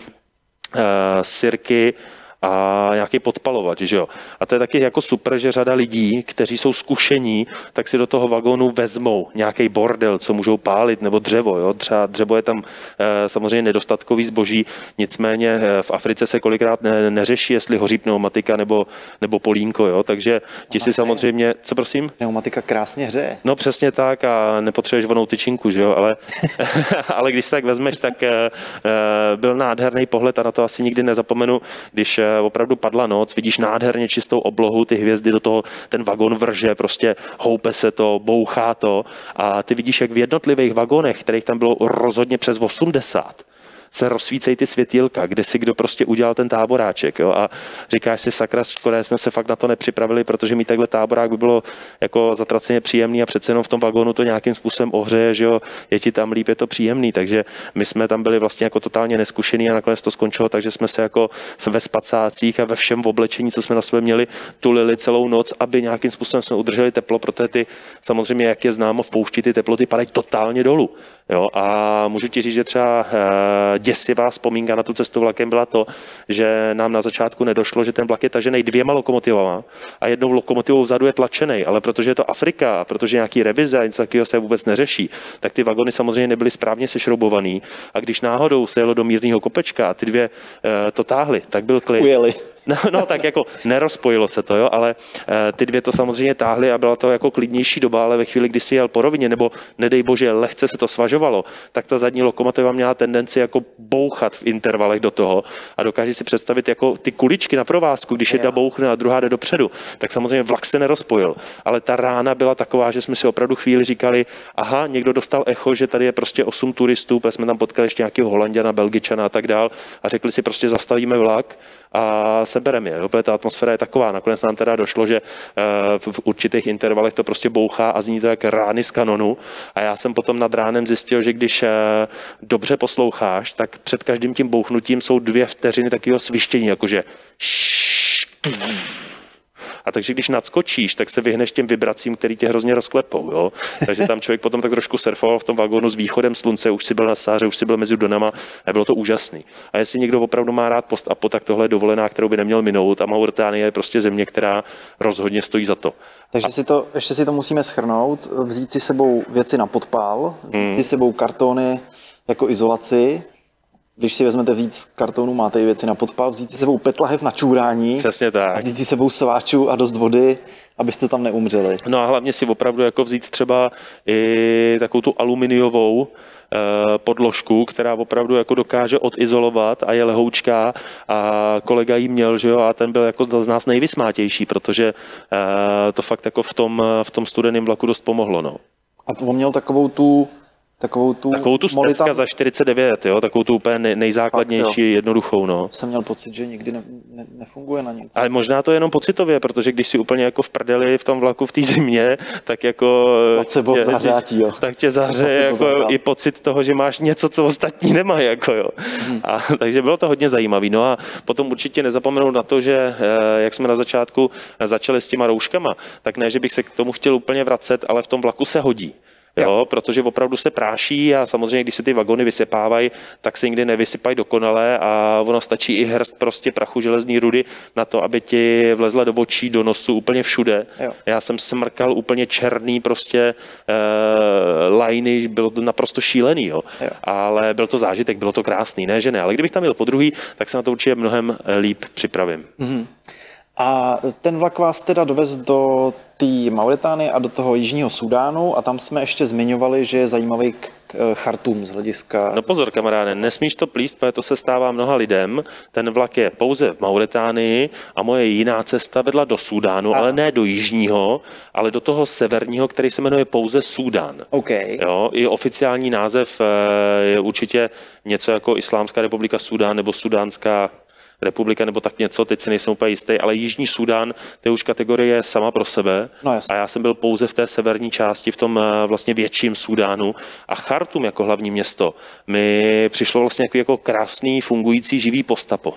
sirky a nějaký podpalovač, že jo. A to je taky jako super, že řada lidí, kteří jsou zkušení, tak si do toho vagónu vezmou nějaký bordel, co můžou pálit, nebo dřevo, jo. Třeba dřevo je tam samozřejmě nedostatkový zboží, nicméně v Africe se kolikrát neřeší, jestli hoří pneumatika nebo polínko, jo. Takže ti si samozřejmě, co prosím? Pneumatika krásně hřeje. No přesně tak a nepotřebuješ vonou tyčinku, že jo, ale když tak vezmeš, tak byl nádherný pohled a na to asi nikdy nezapomenu, když opravdu padla noc, vidíš nádherně čistou oblohu, ty hvězdy do toho, ten vagón vrže, prostě houpe se to, bouchá to a ty vidíš, jak v jednotlivých vagónech, kterých tam bylo rozhodně přes 80, se rozsvícejí ty světýlka, kde si kdo prostě udělal ten táboráček, jo? A říkáš si, sakra, škoda, jsme se fakt na to nepřipravili, protože mít takhle táborák by bylo jako zatraceně příjemný a přece jenom v tom vagónu to nějakým způsobem ohřeje, že jo, je ti tam líp, je to příjemný, takže my jsme tam byli vlastně jako totálně neskušený a nakonec to skončilo, takže jsme se jako ve spacácích a ve všem v oblečení, co jsme na sobě měli, tulili celou noc, aby nějakým způsobem jsme udrželi teplo, protože ty samozřejmě, jak je známo, v poušti ty teploty padají totálně dolů. Jo, a můžu ti říct, že třeba děsivá vzpomínka na tu cestu vlakem byla to, že nám na začátku nedošlo, že ten vlak je tažený 2 lokomotivama a jednou lokomotivou vzadu je tlačený, ale protože je to Afrika a protože nějaký revize a něco takového se vůbec neřeší, tak ty vagony samozřejmě nebyly správně sešroubovaný a když náhodou se jelo do mírného kopečka a ty dvě to táhly, tak byl klid. Ujeli. No tak jako nerozpojilo se to, jo, ale ty dvě to samozřejmě táhly a byla to jako klidnější doba, ale ve chvíli, kdy si jel po rovině, nebo nedej bože, lehce se to svažovalo, tak ta zadní lokomotiva měla tendenci jako bouchat v intervalech do toho a dokážeš si představit jako ty kuličky na provázku, když jedna bouchne a druhá jde dopředu, tak samozřejmě vlak se nerozpojil, ale ta rána byla taková, že jsme si opravdu chvíli říkali, aha, někdo dostal echo, že tady je prostě 8 turistů, protože jsme tam potkali ještě nějakého Holanďana, Belgičana a tak dál a řekli si prostě zastavíme vlak a sebereme je. Opět ta atmosféra je taková. Nakonec nám teda došlo, že v určitých intervalech to prostě bouchá a zní to jak rány z kanonu. A já jsem potom nad ránem zjistil, že když dobře posloucháš, tak před každým tím bouchnutím jsou 2 vteřiny takového svištění, jakože a takže když nadskočíš, tak se vyhneš těm vibracím, který tě hrozně rozklepou. Jo? Takže tam člověk potom tak trošku surfoval v tom vagónu s východem slunce, už si byl na Sáře, už si byl mezi Dunama a bylo to úžasný. A jestli někdo opravdu má rád post-apo, tak tohle je dovolená, kterou by neměl minout a Mauritánie je prostě země, která rozhodně stojí za to. Takže ještě si to musíme shrnout, vzít si sebou věci na podpál, vzít si sebou kartony jako izolaci. Když si vezmete víc kartonů, máte i věci na podpal, vzít si sebou PET-lahev na čůrání. Přesně tak. A vzít si sebou sváčů a dost vody, abyste tam neumřeli. No a hlavně si opravdu jako vzít třeba i takovou tu aluminiovou podložku, která opravdu jako dokáže odizolovat a je lehoučká a kolega jí měl, že jo, a ten byl jako z nás nejvysmátější, protože to fakt jako v tom studeném vlaku dost pomohlo, no. A on měl takovou tu Steska za 49, jo, takovou tu úplně nejzákladnější, jednoduchou, no. Jsem měl pocit, že nikdy nefunguje na nic. Ale možná to je jenom pocitově, protože když si úplně jako v prdeli v tom vlaku v té zimě, tak jako tak tě zahřeje jako i pocit toho, že máš něco, co ostatní nemají, jako jo. A takže bylo to hodně zajímavé. No a potom určitě nezapomenout na to, že jak jsme na začátku začali s těma rouškama, tak ne, že bych se k tomu chtěl úplně vracet, ale v tom vlaku se hodí. Jo, protože opravdu se práší a samozřejmě, když se ty vagony vysypávají, tak se nikdy nevysypají dokonale a ono stačí i hrst prostě prachu železní rudy na to, aby ti vlezla do očí, do nosu, úplně všude. Jo. Já jsem smrkal úplně černý prostě lajny, bylo to naprosto šílený, jo. Ale byl to zážitek, bylo to krásný, ne, že ne, ale kdybych tam jel po druhý, tak se na to určitě mnohem líp připravím. A ten vlak vás teda dovez do té Mauritánie a do toho Jižního Súdánu a tam jsme ještě zmiňovali, že je zajímavý Chartum z hlediska... No pozor, kamaráde, nesmíš to plíst, protože to se stává mnoha lidem. Ten vlak je pouze v Mauritánii a moje jiná cesta vedla do Súdánu, ale ne do jižního, ale do toho severního, který se jmenuje pouze Súdán. Okay. Jo, i oficiální název je určitě něco jako Islámská republika Súdán nebo Sudánská republika nebo tak něco, teď si nejsem úplně jistý, ale Jižní Súdán, to je už kategorie sama pro sebe. No, a já jsem byl pouze v té severní části, v tom vlastně větším Súdánu. A Chartum jako hlavní město mi přišlo vlastně jako krásný, fungující, živý postapo.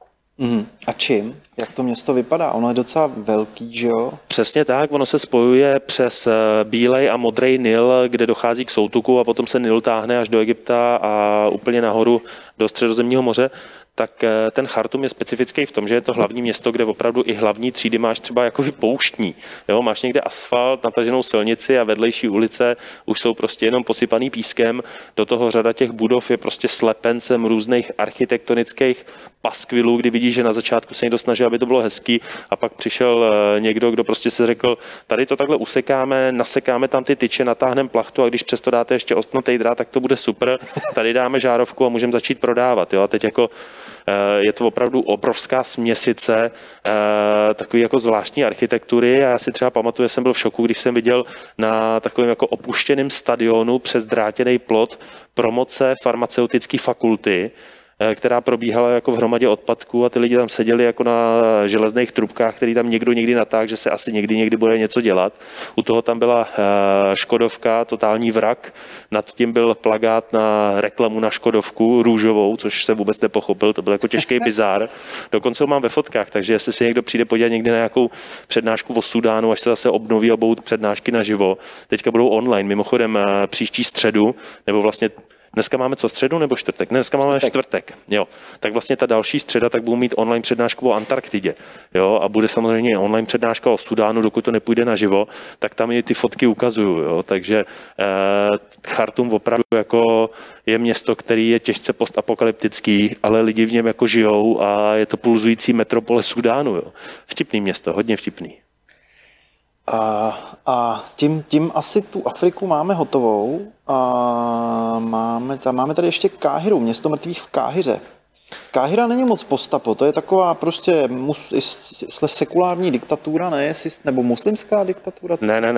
A čím? Jak to město vypadá? Ono je docela velký, že jo? Přesně tak, ono se spojuje přes bílej a modrý Nil, kde dochází k soutoku a potom se Nil táhne až do Egypta a úplně nahoru do Středozemního moře. Tak ten Chartum je specifický v tom, že je to hlavní město, kde opravdu i hlavní třídy máš třeba jako pouštní. Jo, máš někde asfalt, nataženou silnici a vedlejší ulice už jsou prostě jenom posypaný pískem. Do toho řada těch budov je prostě slepencem různých architektonických paskvilů, kdy vidíš, že na začátku se někdo snaží, aby to bylo hezký, a pak přišel někdo, kdo prostě si řekl, tady to takhle usekáme, nasekáme tam ty tyče, natáhneme plachtu a když přesto dáte ještě ostnatý drát, tak to bude super. Tady dáme žárovku a můžeme začít prodávat. Jo? A teď jako je to opravdu obrovská směsice takový jako zvláštní architektury. Já si třeba pamatuju, jsem byl v šoku, když jsem viděl na takovém jako opuštěném stadionu přes drátěný plot promoce farmaceutické fakulty, která probíhala jako v hromadě odpadků a ty lidi tam seděli jako na železných trubkách, který tam někdo někdy natáhl, že se asi někdy bude něco dělat. U toho tam byla Škodovka, totální vrak, nad tím byl plakát na reklamu na Škodovku růžovou, což se vůbec nepochopil, to byl jako těžký bizár. Dokonce ho mám ve fotkách, takže jestli si někdo přijde podívat někdy na nějakou přednášku o Súdánu, až se zase obnoví a budou přednášky naživo, teďka budou online, mimochodem příští středu, nebo vlastně dneska máme co, středu nebo čtvrtek? Dneska máme čtvrtek. Jo. Tak vlastně ta další středa, tak budou mít online přednášku o Antarktidě. Jo. A bude samozřejmě online přednáška o Súdánu, dokud to nepůjde naživo, tak tam i ty fotky ukazuju. Jo. Takže Chartum opravdu jako je město, který je těžce postapokalyptický, ale lidi v něm jako žijou a je to pulzující metropole Súdánu. Jo. Vtipný město, hodně vtipný. A tím asi tu Afriku máme hotovou. A máme tady ještě Káhiru, město mrtvých v Káhiře. Káhira není moc postapo, to je taková prostě sekulární diktatura, ne? Nebo muslimská diktatura?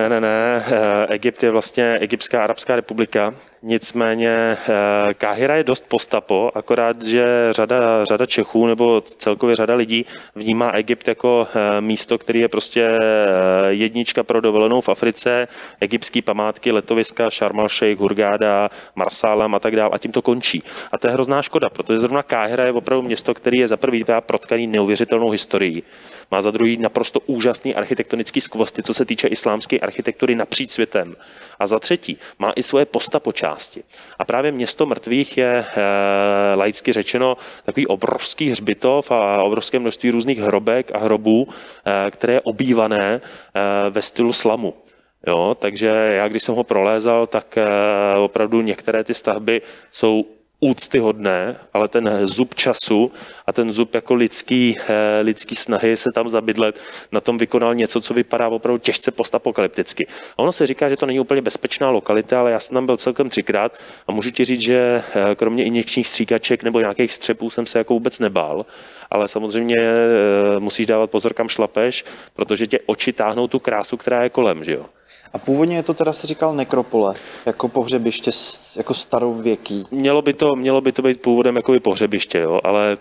Ne. Egypt je vlastně Egyptská arabská republika, nicméně Káhira je dost postapo, akorát, že řada Čechů nebo celkově řada lidí vnímá Egypt jako místo, který je prostě jednička pro dovolenou v Africe, egyptský památky, letoviska, Sharm el-Sheikh, Hurghada, Marsalam a tak dále, a tím to končí. A to je hrozná škoda, protože zrovna Káhira je opravdu město, který je za prvý protkaný neuvěřitelnou historií. Má za druhý naprosto úžasný architektonický skvosty, co se týče islámské architektury napříč světem. A za třetí má i svoje postapo části. A právě město mrtvých je laicky řečeno takový obrovský hřbitov a obrovské množství různých hrobek a hrobů, které je obývané ve stylu slamu. Jo, takže já, když jsem ho prolézal, tak opravdu některé ty stavby jsou úctyhodné, ale ten zub času a ten zub jako lidský snahy se tam zabydlet, na tom vykonal něco, co vypadá opravdu těžce postapokalypticky. A ono se říká, že to není úplně bezpečná lokalita, ale já jsem tam byl celkem 3krát a můžu ti říct, že kromě injekčních stříkaček nebo nějakých střepů jsem se jako vůbec nebál, ale samozřejmě musíš dávat pozor, kam šlapeš, protože tě oči táhnou tu krásu, která je kolem, že jo. A původně je to teda, si říkal, nekropole, jako pohřebiště, jako starověký. Mělo by to být původem jako pohřebiště, jo, ale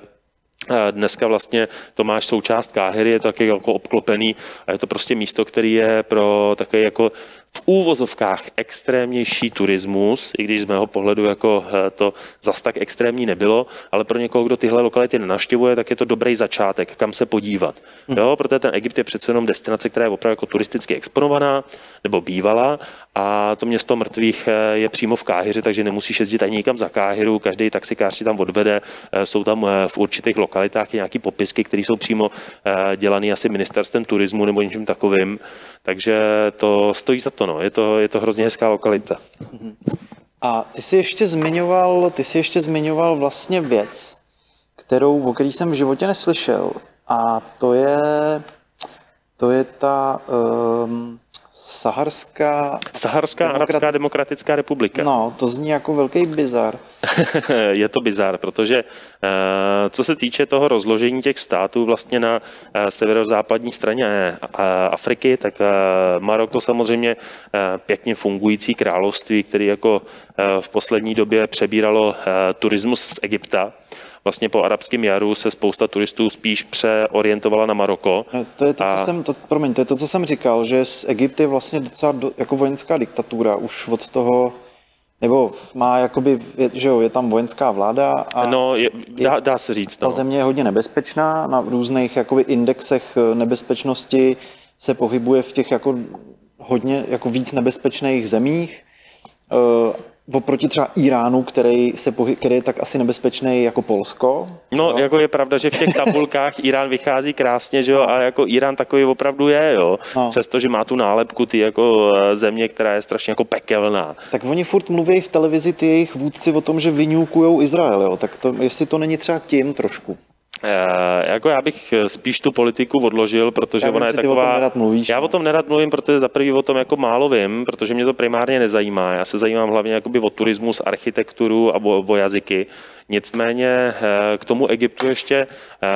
dneska vlastně to máš součást Káhiry, je to taky jako obklopený a je to prostě místo, který je pro takový jako v úvozovkách extrémnější turismus, i když z mého pohledu jako to zas tak extrémní nebylo, ale pro někoho, kdo tyhle lokality nenavštěvuje, tak je to dobrý začátek, kam se podívat. Jo, protože ten Egypt je přece jenom destinace, která je opravdu jako turisticky exponovaná, nebo bývalá, a to město mrtvých je přímo v Káhiře, takže nemusíš jezdit ani nikam za Káhiru, každý taxikář ti tam odvede, jsou tam v určitých lokalitách i nějaký popisky, které jsou přímo dělané asi ministerstvem turismu nebo něčím takovým, takže to stojí za to. No. Je to hrozně hezká lokalita. A ty jsi ještě zmiňoval vlastně věc, o který jsem v životě neslyšel, a to je ta Saharská arabská demokratická republika. No, to zní jako velký bizar. Je to bizar, protože co se týče toho rozložení těch států vlastně na severozápadní straně Afriky, tak Maroko samozřejmě pěkně fungující království, který jako v poslední době přebíralo turismus z Egypta. Vlastně po arabském jaru se spousta turistů spíš přeorientovala na Maroko. To je to, co jsem říkal, že Egypt je vlastně docela jako vojenská diktatura už od toho, nebo má jakoby, že jo, je tam vojenská vláda a no, dá se říct. Ta země je hodně nebezpečná, na různých jakoby indexech nebezpečnosti se pohybuje v těch jako hodně jako víc nebezpečných zemích. Oproti třeba Iránu, který je tak asi nebezpečný jako Polsko. No, jo? Jako je pravda, že v těch tabulkách Irán vychází krásně, že jo, a jako Irán takový opravdu je, jo. No. Přestože má tu nálepku ty jako země, která je strašně jako pekelná. Tak oni furt mluví v televizi ty jejich vůdci o tom, že vyňukujou Izrael, jo. Tak to, jestli to není třeba tím trošku. Jako já bych spíš tu politiku odložil, protože ona je taková... Já o tom nerad mluvím, protože za prvý o tom jako málo vím, protože mě to primárně nezajímá. Já se zajímám hlavně jakoby o turismus, architekturu a o jazyky. Nicméně k tomu Egyptu ještě,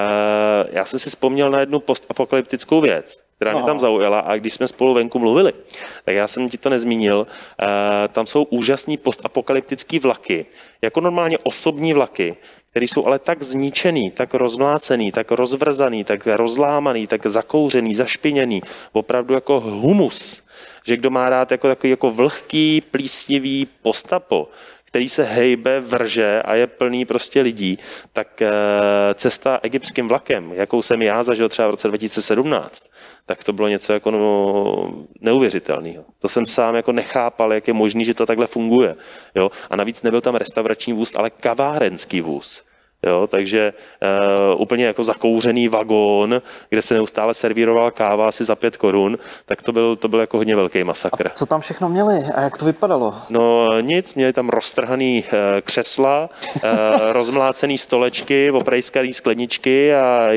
já jsem si vzpomněl na jednu postapokalyptickou věc, která mě tam zaujala, a když jsme spolu venku mluvili, tak já jsem ti to nezmínil, tam jsou úžasný postapokalyptický vlaky, jako normálně osobní vlaky, které jsou ale tak zničený, tak rozmlácený, tak rozvrzaný, tak rozlámaný, tak zakouřený, zašpiněný, opravdu jako humus, že kdo má rád jako takový jako vlhký, plísnivý postapo, který se hejbe, vrže a je plný prostě lidí, tak cesta egyptským vlakem, jakou jsem já zažil třeba v roce 2017, tak to bylo něco jako neuvěřitelného. To jsem sám jako nechápal, jak je možný, že to takhle funguje. Jo? A navíc nebyl tam restaurační vůz, ale kavárenský vůz. Jo, takže úplně jako zakouřený vagón, kde se neustále servírovala káva asi za 5 korun, tak to byl jako hodně velký masakr. A co tam všechno měli a jak to vypadalo? No nic, měli tam roztrhaný křesla, rozmlácený stolečky, oprejskaný skleničky a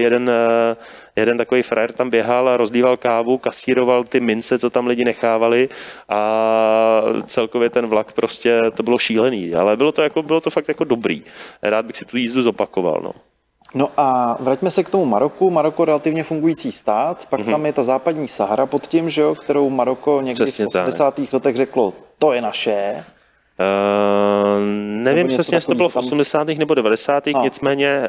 jeden takový frajer tam běhal a rozlíval kávu, kasíroval ty mince, co tam lidi nechávali, a celkově ten vlak prostě, to bylo šílený, ale bylo to fakt jako dobrý. Rád bych si tu jízdu zopakoval, no. No a vraťme se k tomu Maroku. Maroko relativně fungující stát, pak tam je ta západní Sahara pod tím, že jo, kterou Maroko někdy v 80. letech řeklo, to je naše. Nevím přesně, jestli to bylo v 80. nebo 90. Nicméně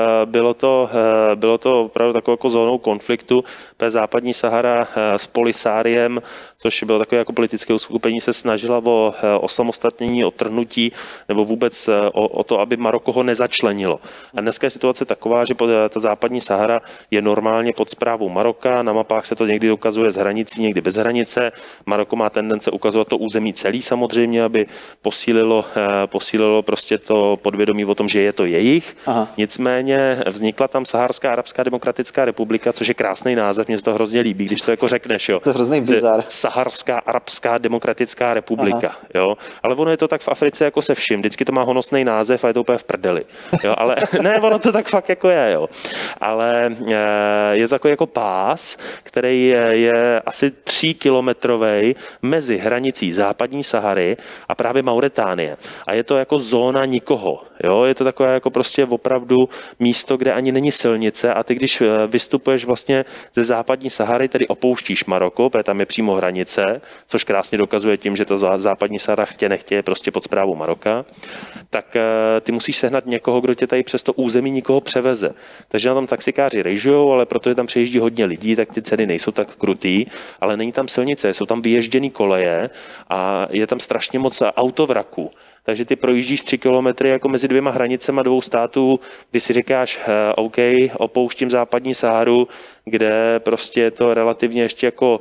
bylo to opravdu takovou jako zónou konfliktu. Západní Sahara s Polisáriem, což bylo takové jako politické uskupení, se snažila o osamostatnění, odtrhnutí nebo vůbec o to, aby Maroko ho nezačlenilo. A dneska je situace taková, že ta západní Sahara je normálně pod správou Maroka. Na mapách se to někdy ukazuje s hranicí, někdy bez hranice. Maroko má tendence ukazovat to území celý samozřejmě, aby posílilo prostě to podvědomí o tom, že je to jejich. Aha. Nicméně vznikla tam Saharská arabská demokratická republika, což je krásný název, mně se to hrozně líbí, když to jako řekneš. Jo. To je hrozný bizar. Saharská arabská demokratická republika. Jo. Ale ono je to tak v Africe jako se vším. Vždycky to má honosný název a je to úplně v prdeli. Jo. Ale ne, ono to tak fakt jako je. Jo. Ale je to takový jako pás, který je asi 3-kilometrovej mezi hranicí západní Sahary a právě Mauritánie. A je to jako zóna nikoho. Jo? Je to takové jako prostě opravdu místo, kde ani není silnice, a ty, když vystupuješ vlastně ze západní Sahary, tedy opouštíš Maroko, protože tam je přímo hranice, což krásně dokazuje tím, že to západní Sahara nechtě je prostě pod správou Maroka, tak ty musíš sehnat někoho, kdo tě tady přes to území nikoho převeze. Takže na tom taxikáři rejžujou, ale protože tam přejíždí hodně lidí, tak ty ceny nejsou tak krutý, ale není tam silnice, jsou tam vyježděný koleje a je tam strašně moc autovraků. Takže ty projíždíš 3 kilometry jako mezi dvěma hranicema dvou států, kdy si říkáš, OK, opouštím západní Saharu, kde prostě je to relativně ještě jako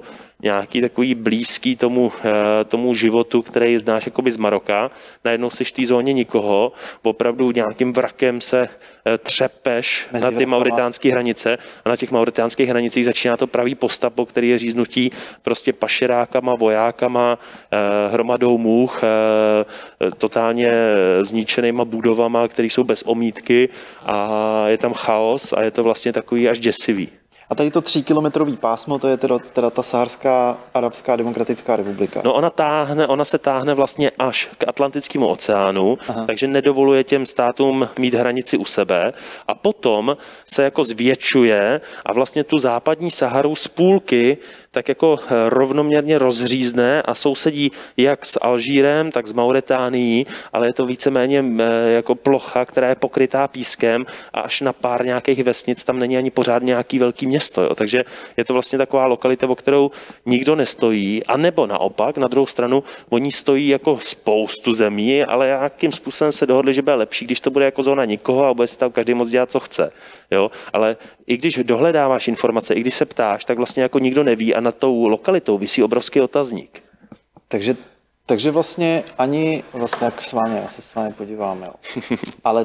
nějaký takový blízký tomu životu, který znáš jakoby z Maroka, najednou jsi v té zóně nikoho, opravdu nějakým vrakem se třepeš na ty mauritánské hranice a na těch mauritánských hranicích začíná to pravý postapo, který je říznutí prostě pašerákama, vojákama, hromadou much, totálně zničenýma budovama, které jsou bez omítky a je tam chaos a je to vlastně takový až děsivý. A tady to 3kilometrový pásmo, to je teda ta Saharská arabská demokratická republika. No ona se táhne vlastně až k Atlantickému oceánu, takže nedovoluje těm státům mít hranici u sebe a potom se jako zvětšuje a vlastně tu západní Saharu z půlky tak jako rovnoměrně rozřízne a sousedí jak s Alžírem, tak s Mauritánií, ale je to víceméně jako plocha, která je pokrytá pískem a až na pár nějakých vesnic tam není ani pořád nějaký velký město. Jo. Takže je to vlastně taková lokalita, o kterou nikdo nestojí, anebo naopak, na druhou stranu, oni stojí jako spoustu zemí, ale jakým způsobem se dohodli, že bude lepší, když to bude jako zóna nikoho a bude si tam každý moc dělat, co chce. Jo. Ale i když dohledáváš informace, i když se ptáš, tak vlastně jako nikdo neví a nad tou lokalitou visí obrovský otazník. Takže vlastně ani vlastně jak já se s vámi podívám, jo. Ale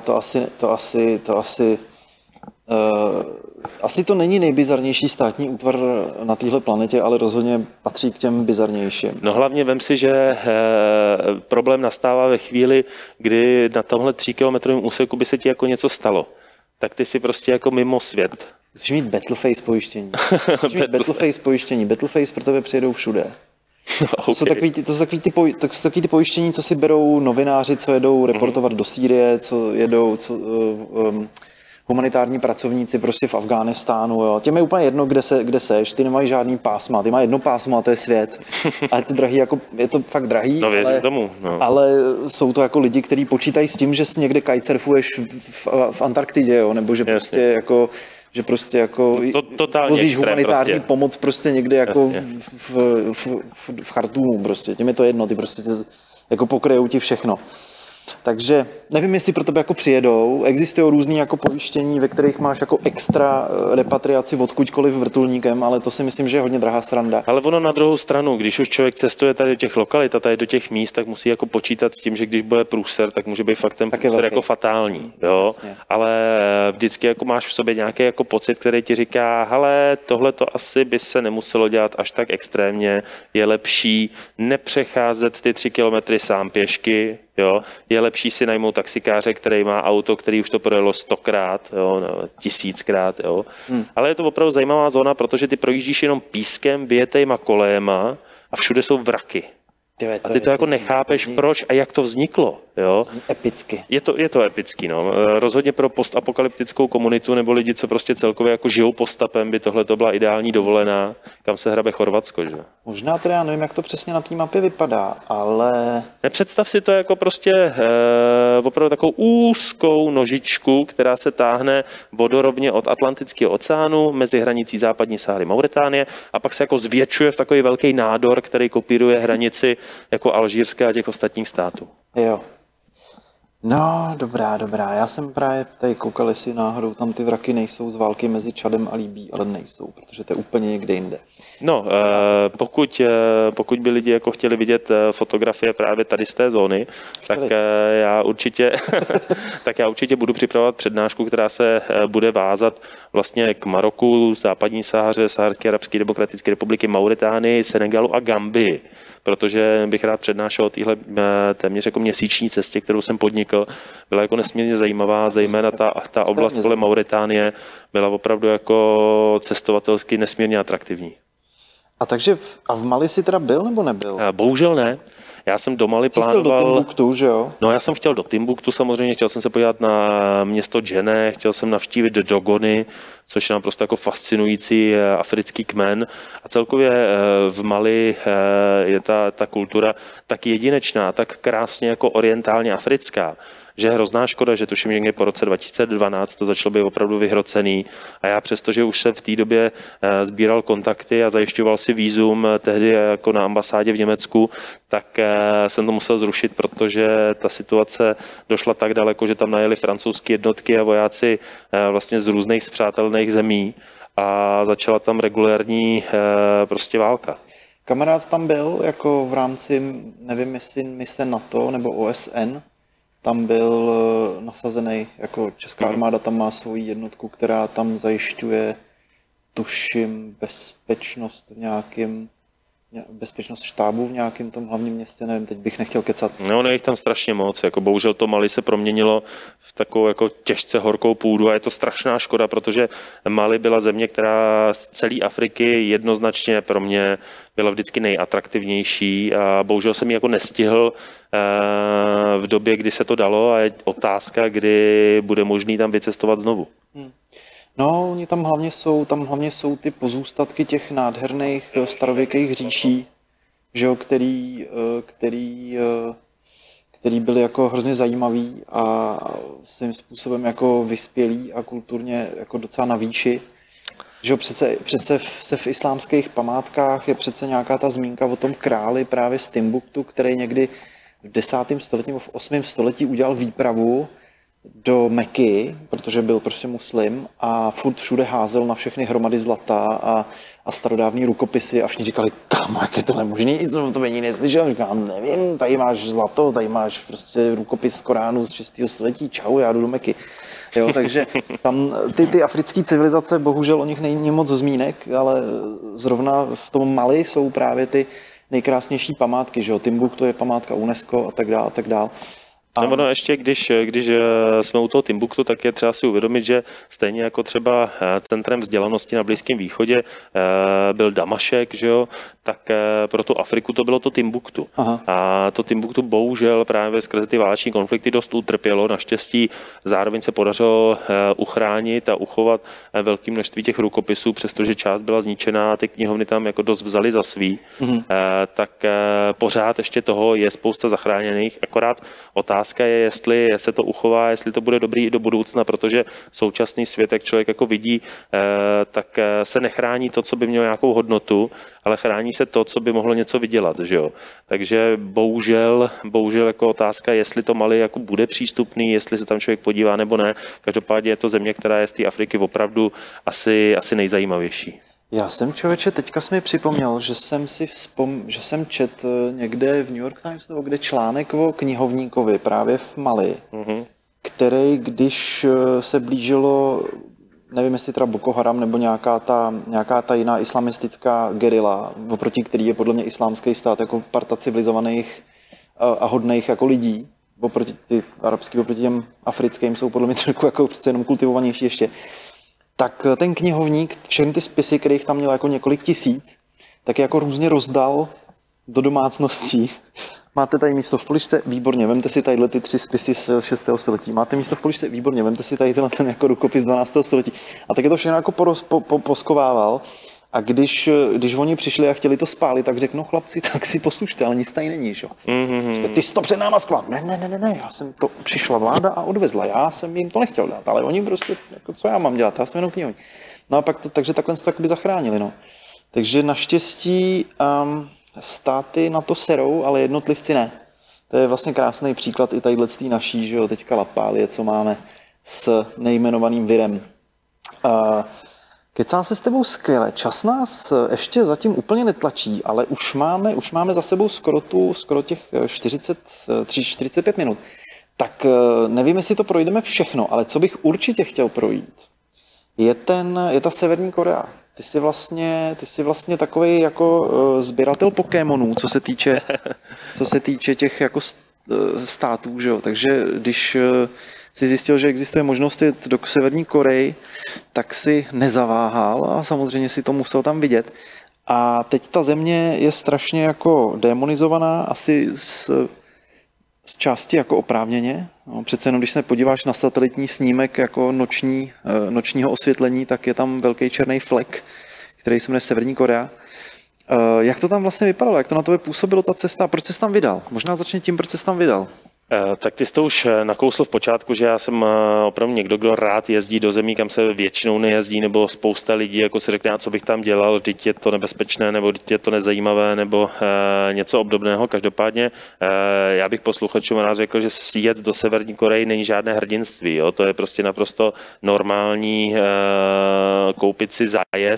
asi to není nejbizarnější státní útvar na téhle planetě, ale rozhodně patří k těm bizarnějším. No hlavně vem si, že problém nastává ve chvíli, kdy na tomhle 3kilometrovém úseku by se ti jako něco stalo. Tak ty si prostě jako mimo svět. Musíš mít Battleface pojištění. Battleface pro tebe přijedou všude. Okay. To jsou takový ty pojištění, co si berou novináři, co jedou reportovat do Sýrie, co jedou humanitární pracovníci prostě v Afghánistánu. Jo. Těm je úplně jedno, kde seš, ty nemají žádný pásma, ty mají jedno pásmo a to je svět. A je to drahý, jako, je to fakt drahý, no, věřím tomu, no. Ale jsou to jako lidi, kteří počítají s tím, že někde kitesurfuješ v Antarktidě, jo, nebo že prostě jako vozíš humanitární pomoc prostě někde jako v Chartúmu prostě. Těm je to jedno, ty prostě jako pokryjou ti všechno. Takže nevím, jestli pro tebe jako přijedou. Existují různý jako pojištění, ve kterých máš jako extra repatriaci odkudkoliv vrtulníkem, ale to si myslím, že je hodně drahá sranda. Ale ono na druhou stranu, když už člověk cestuje tady do těch lokalit a tady do těch míst, tak musí jako počítat s tím, že když bude průser, tak může být fakt ten průser jako fatální. Jo? Ale vždycky jako máš v sobě nějaký jako pocit, který ti říká, hele, tohle to asi by se nemuselo dělat až tak extrémně, je lepší nepřecházet ty 3 kilometry sám pěšky. Jo, je lepší si najmout taxikáře, který má auto, který už to projelo 100krát, jo, no, 1000krát. Jo. Ale je to opravdu zajímavá zóna, protože ty projíždíš jenom pískem, vyjetejma kolejema a všude jsou vraky. A ty to jako nechápeš, proč a jak to vzniklo. Jo? Epicky. Je to epický. No. Rozhodně pro postapokalyptickou komunitu nebo lidi, co prostě celkově jako žijou postapem, by tohle to byla ideální dovolená, kam se hrabe Chorvatsko. Že? Možná teda, já nevím, jak to přesně na té mapě vypadá, ale... Nepředstav si to jako prostě opravdu takovou úzkou nožičku, která se táhne vodorovně od Atlantického oceánu mezi hranicí západní Sahary Mauritánie a pak se jako zvětšuje v takový velký nádor, který kopíruje hranici jako alžírské a těch ostatních států. Jo. No, dobrá. Já jsem právě tady koukal, jestli náhodou tam ty vraky nejsou z války mezi Čadem a Libí, ale nejsou, protože to je úplně někde jinde. No, pokud by lidi jako chtěli vidět fotografie právě tady z té zóny, tak já určitě budu připravovat přednášku, která se bude vázat vlastně k Maroku, západní Sahaře, Saharské arabské demokratické republiky, Mauritánii, Senegalu a Gambii. Protože bych rád přednášel o téhle téměř jako měsíční cestě, kterou jsem podnikl. Byla jako nesmírně zajímavá, zejména ta oblast kolem Mauritánie byla opravdu jako cestovatelsky nesmírně atraktivní. A takže v Mali jsi teda byl nebo nebyl? Bohužel ne. Já jsem do Mali plánoval... Chtěl do Timbuktu, že jo? No, já jsem chtěl do Timbuktu samozřejmě, chtěl jsem se podívat na město Dženné, chtěl jsem navštívit Dogony, což je naprosto jako fascinující africký kmen. A celkově v Mali je ta kultura tak jedinečná, tak krásně jako orientálně africká, že je hrozná škoda, že tuším někdy po roce 2012 to začalo být opravdu vyhrocený. A já přestože už jsem v té době sbíral kontakty a zajišťoval si vízum tehdy jako na ambasádě v Německu, tak jsem to musel zrušit, protože ta situace došla tak daleko, že tam najeli francouzské jednotky a vojáci vlastně z různých spřátelených zemí a začala tam regulérní prostě válka. kamarád tam byl jako v rámci, nevím jestli mise NATO nebo OSN, tam byl nasazený, jako česká armáda tam má svoji jednotku, která tam zajišťuje, tuším, bezpečnost štábu v nějakém tom hlavním městě, nevím, teď bych nechtěl kecat. No, je jich tam strašně moc, jako bohužel to Mali se proměnilo v takovou jako těžce horkou půdu a je to strašná škoda, protože Mali byla země, která z celé Afriky jednoznačně pro mě byla vždycky nejatraktivnější a bohužel jsem ji jako nestihl v době, kdy se to dalo a je otázka, kdy bude možný tam vycestovat znovu. No, oni tam hlavně jsou ty pozůstatky těch nádherných starověkých říší, že jo, který byly jako hrozně zajímavý a svým způsobem jako vyspělý a kulturně jako docela na výši. Že jo, přece se v islámských památkách je přece nějaká ta zmínka o tom králi právě z Timbuktu, který někdy v 10. století nebo v 8. století udělal výpravu do Meky, protože byl prostě muslim a furt všude házel na všechny hromady zlata a starodávní rukopisy a všichni říkali, kámo, jak je tohle možný, jsem o tom ani neslyšel, říkám, nevím, tady máš zlato, tady máš prostě rukopis z Koránu z 6. století, čau, já jdu do Meky. Jo, takže tam ty africké civilizace, bohužel o nich není moc zmínek, ale zrovna v tom Mali jsou právě ty nejkrásnější památky, že jo, Timbuktu je památka UNESCO a tak dále, a tak dále. No, ono ještě, když jsme u toho Timbuktu, tak je třeba si uvědomit, že stejně jako třeba centrem vzdělanosti na Blízkém východě byl Damašek, že jo, tak pro tu Afriku to bylo to Timbuktu. Aha. A to Timbuktu bohužel právě skrze ty váleční konflikty dost utrpělo. Naštěstí zároveň se podařilo uchránit a uchovat velké množství těch rukopisů, přestože část byla zničená a ty knihovny tam jako dost vzali za svý. Tak pořád ještě toho je spousta zachráněných, akorát otázka je, jestli se to uchová, jestli to bude dobrý i do budoucna, protože současný svět, jak člověk jako vidí, tak se nechrání to, co by mělo nějakou hodnotu, ale chrání se to, co by mohlo něco vydělat, že jo. Takže bohužel jako otázka, jestli to Mali jako bude přístupný, jestli se tam člověk podívá nebo ne. Každopádně je to země, která je z té Afriky opravdu asi nejzajímavější. Já jsem, člověče, teďka jsi mi připomněl, že jsem čet někde v New York Times nebo kde článek o knihovníkovi právě v Mali, který, když se blížilo, nevím jestli teda Boko Haram nebo nějaká ta jiná islamistická gerila, oproti který je podle mě islámský stát jako parta civilizovaných a hodných jako lidí, oproti ty arabský, oproti těm africkým jsou podle mě trošku jako přece jenom kultivovanější ještě. Tak ten knihovník, všechny ty spisy, kterých tam měl jako několik tisíc, tak je jako různě rozdal do domácností. Máte tady místo v poličce? Výborně, vemte si tadyhle ty 3 spisy z 6. století. Máte místo v poličce? Výborně, vemte si tady ten jako rukopis 12. století. A tak je to všechno jako poskovával. A když oni přišli a chtěli to spálit, tak řeknou, chlapci, tak si poslušte, ale nic tady není, že? Ty jsi to před náma skval. Ne, přišla vláda a odvezla, já jsem jim to nechtěl dát, ale oni prostě, jako, co já mám dělat, já jsem jenom knihovník. No a pak takže takhle se to jakoby zachránili, no. Takže naštěstí státy na to serou, ale jednotlivci ne. To je vlastně krásný příklad i tadyhle z té naší, že jo, teďka Lapálie, co máme s nejmenovaným virem. Kecám se s tebou skvěle. Čas nás ještě zatím úplně netlačí, ale už máme za sebou skoro těch 45 minut. Tak nevím, jestli to projdeme všechno, ale co bych určitě chtěl projít, je ta Severní Korea. Ty jsi vlastně takovej jako sběratel Pokémonů, co se týče těch jako států, že jo? Takže když si zjistil, že existuje možnost jít do Severní Koreji, tak si nezaváhal a samozřejmě si to musel tam vidět. A teď ta země je strašně jako demonizovaná, asi z části jako oprávněně. No, přece jenom, když se podíváš na satelitní snímek jako nočního osvětlení, tak je tam velký černý flek, který se jmenuje Severní Korea. Jak to tam vlastně vypadalo? Jak to na tebe působilo ta cesta? Proč jsi tam vydal? Možná začne tím, proč jsi tam vydal. Tak ty jsi to už nakousl v počátku, že já jsem opravdu někdo, kdo rád jezdí do zemí, kam se většinou nejezdí, nebo spousta lidí jako si řekne, co bych tam dělal, vždyť je to nebezpečné, nebo vždyť je to nezajímavé, nebo něco obdobného. Každopádně já bych posluchačům rád řekl, že jet do Severní Koreji není žádné hrdinství. Jo? To je prostě naprosto normální koupit si zájezd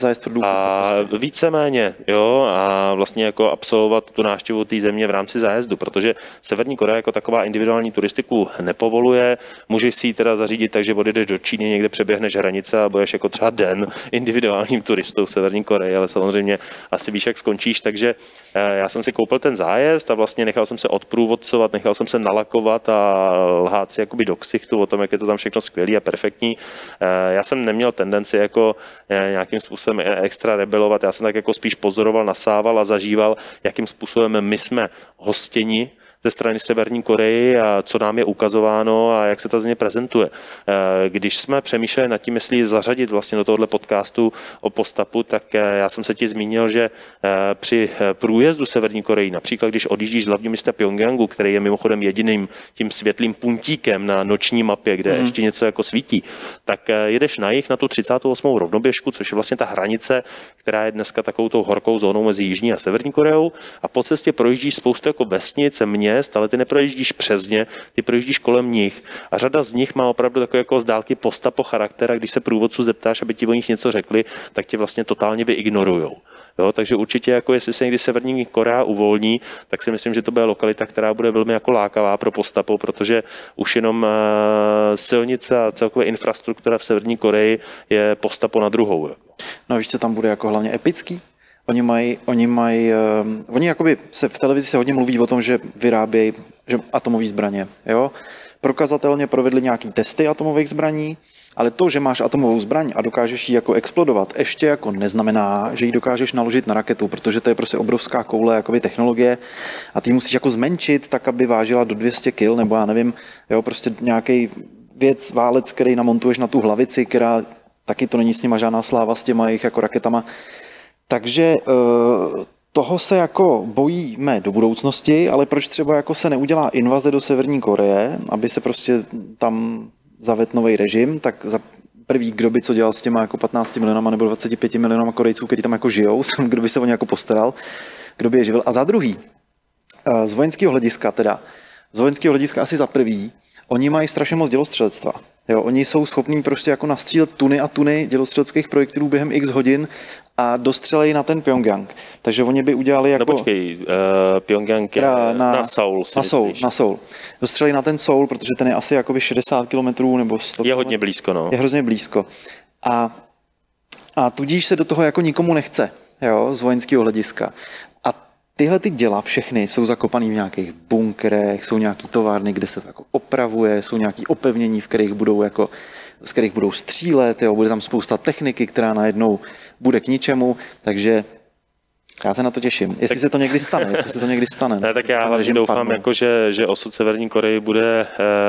zájezd pro důchodce. A prostě. víceméně, jo, a vlastně jako absolvovat tu návštěvu té země v rámci zájezdu, protože Severní Korea jako taková individuální turistiku nepovoluje. Můžeš si ji teda zařídit tak, že odjedeš do Číny, někde přeběhneš hranice a budeš jako třeba den individuálním turistou v Severní Koreji, ale samozřejmě asi víš, jak skončíš, takže já jsem si koupil ten zájezd a vlastně nechal jsem se odprůvodcovat, nechal jsem se nalakovat a lhát si jakoby do ksichtu o tom, jak je to tam všechno skvělý a perfektní. Já jsem neměl tendenci jako nějakým způsobem extra rebelovat, já jsem tak jako spíš pozoroval, nasával a zažíval, jakým způsobem my jsme hostěni ze strany Severní Koreji a co nám je ukazováno a jak se ta země prezentuje. Když jsme přemýšleli nad tím, jestli zařadit vlastně do tohohle podcastu o postapu, tak já jsem se ti zmínil, že při průjezdu Severní Koreji, například když odjíždíš z hlavního města Pyongyangu, který je mimochodem jediným tím světlým puntíkem na noční mapě, kde ještě něco jako svítí, tak jedeš na jih na tu 38. rovnoběžku, což je vlastně ta hranice, která je dneska takovou tou horkou zónou mezi Jižní a Severní Koreou, a po cestě projíždíš spoustu jako vesnic, měst, ale ty neprojíždíš přes ně, ty projíždíš kolem nich. A řada z nich má opravdu takový jako z dálky postapo charakter, a když se průvodců zeptáš, aby ti o nich něco řekli, tak tě vlastně totálně vyignorujou. Jo, takže určitě, jako jestli se někdy Severní Korea uvolní, tak si myslím, že to bude lokalita, která bude velmi jako lákavá pro postapu, protože už jenom silnice a celkově infrastruktura v Severní Koreji je postapo na druhou. No víš, co tam bude jako hlavně epický? Oni jakoby se v televizi se hodně mluví o tom, že vyrábějí atomové zbraně, jo? Prokazatelně provedli nějaký testy atomových zbraní, ale to, že máš atomovou zbraň a dokážeš ji jako explodovat, ještě jako neznamená, že ji dokážeš naložit na raketu, protože to je prostě obrovská koule jakoby technologie a ty musíš jako zmenšit tak, aby vážila do 200 kg, nebo já nevím, jo, prostě nějaký věc, válec, který namontuješ na tu hlavici, která taky to není s nima žádná sláva s těma jejich jako raketama. Takže toho se jako bojíme do budoucnosti, ale proč třeba jako se neudělá invaze do Severní Koreje, aby se prostě tam zavedl nový režim, tak za prvý, kdo by co dělal s těma jako 15 milionama nebo 25 milionama Korejců, kteří tam jako žijou, kdo by se o ně jako postaral, kdo by je živil. A za druhý, z vojenského hlediska asi za prvý, oni mají strašně moc dělostřelectva. Jo, oni jsou schopní prostě jako nastřílet tuny a tuny dělostřeleckých projektilů během x hodin a dostřelejí na ten Pyongyang. Takže oni by udělali jako... No počkej, Pyongyang je na Seoul. Na Seoul. Dostřelejí na ten Seoul, protože ten je asi jakoby 60 km nebo 100 km. Je hodně blízko, no. Je hrozně blízko. A tudíž se do toho jako nikomu nechce, jo, z vojenského hlediska. Tyhle ty děla všechny jsou zakopaný v nějakých bunkrech, jsou nějaký továrny, kde se to jako opravuje, jsou nějaký opevnění, z kterých budou střílet, jo, bude tam spousta techniky, která najednou bude k ničemu, takže já se na to těším. Jestli se to někdy stane. Ne, tak já hlavně doufám, jako, že osud Severní Koreji bude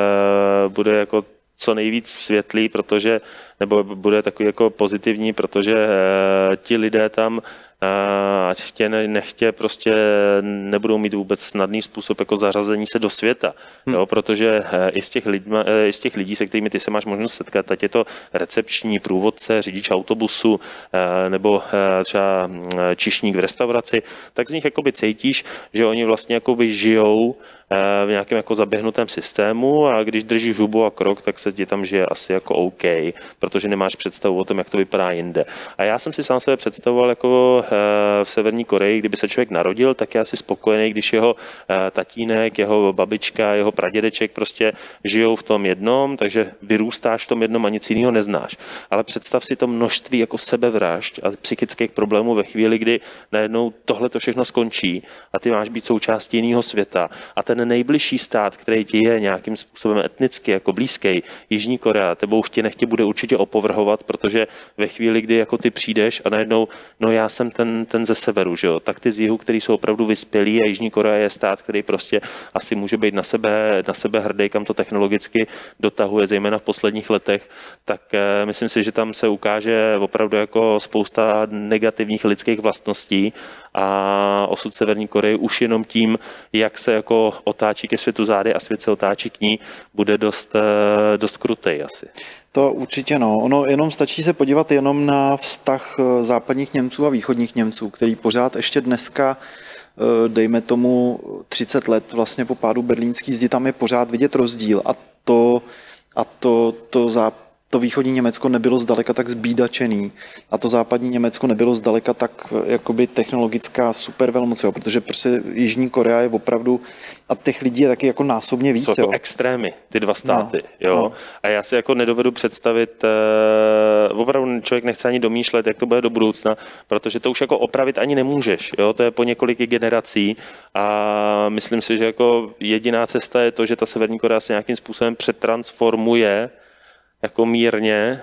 jako co nejvíc světlý, nebo bude takový jako pozitivní, protože ti lidé tam ať chtě nechtě prostě nebudou mít vůbec snadný způsob jako zařazení se do světa, jo, protože i z těch lidí, se kterými ty se máš možnost setkat, ať je to recepční, průvodce, řidič autobusu nebo třeba čišník v restauraci, tak z nich jakoby cítíš, že oni vlastně jakoby žijou v nějakém jako zaběhnutém systému a když držíš hubu a krok, tak se ti tam žije asi jako OK, protože nemáš představu o tom, jak to vypadá jinde. A já jsem si sám sebe představoval jako v Severní Koreji, kdyby se člověk narodil, tak je asi spokojený, když jeho tatínek, jeho babička, jeho pradědeček prostě žijou v tom jednom, takže vyrůstáš v tom jednom a nic jiného neznáš. Ale představ si to množství jako sebevražd a psychických problémů ve chvíli, kdy najednou tohle to všechno skončí a ty máš být součástí jiného světa. A ten nejbližší stát, který ti je nějakým způsobem etnicky jako blízký, Jižní Korea, tebou chtě nechtě bude určitě opovrhovat, protože ve chvíli, kdy jako ty přijdeš a najednou, no já jsem ten ze severu, že jo, tak ty z jihu, který jsou opravdu vyspělí a Jižní Korea je stát, který prostě asi může být na sebe hrdý, kam to technologicky dotahuje, zejména v posledních letech, tak myslím si, že tam se ukáže opravdu jako spousta negativních lidských vlastností a osud Severní Koreje už jenom tím, jak se jako otáčí ke světu zády a svět se otáčí k ní, bude dost krutej asi. To určitě no. Ono jenom stačí se podívat jenom na vztah západních Němců a východních Němců, který pořád ještě dneska, dejme tomu 30 let vlastně po pádu berlínský zdi, tam je pořád vidět rozdíl a to východní Německo nebylo zdaleka tak zbídačený a to západní Německo nebylo zdaleka tak jakoby technologická supervelmoc, jo, protože prostě Jižní Korea je opravdu a těch lidí je taky jako násobně víc. Jsou jako extrémy, ty dva státy. No, jo. no. A já si jako nedovedu představit, opravdu člověk nechce ani domýšlet, jak to bude do budoucna, protože to už jako opravit ani nemůžeš. Jo. To je po několik generací a myslím si, že jako jediná cesta je to, že ta Severní Korea se nějakým způsobem přetransformuje jako mírně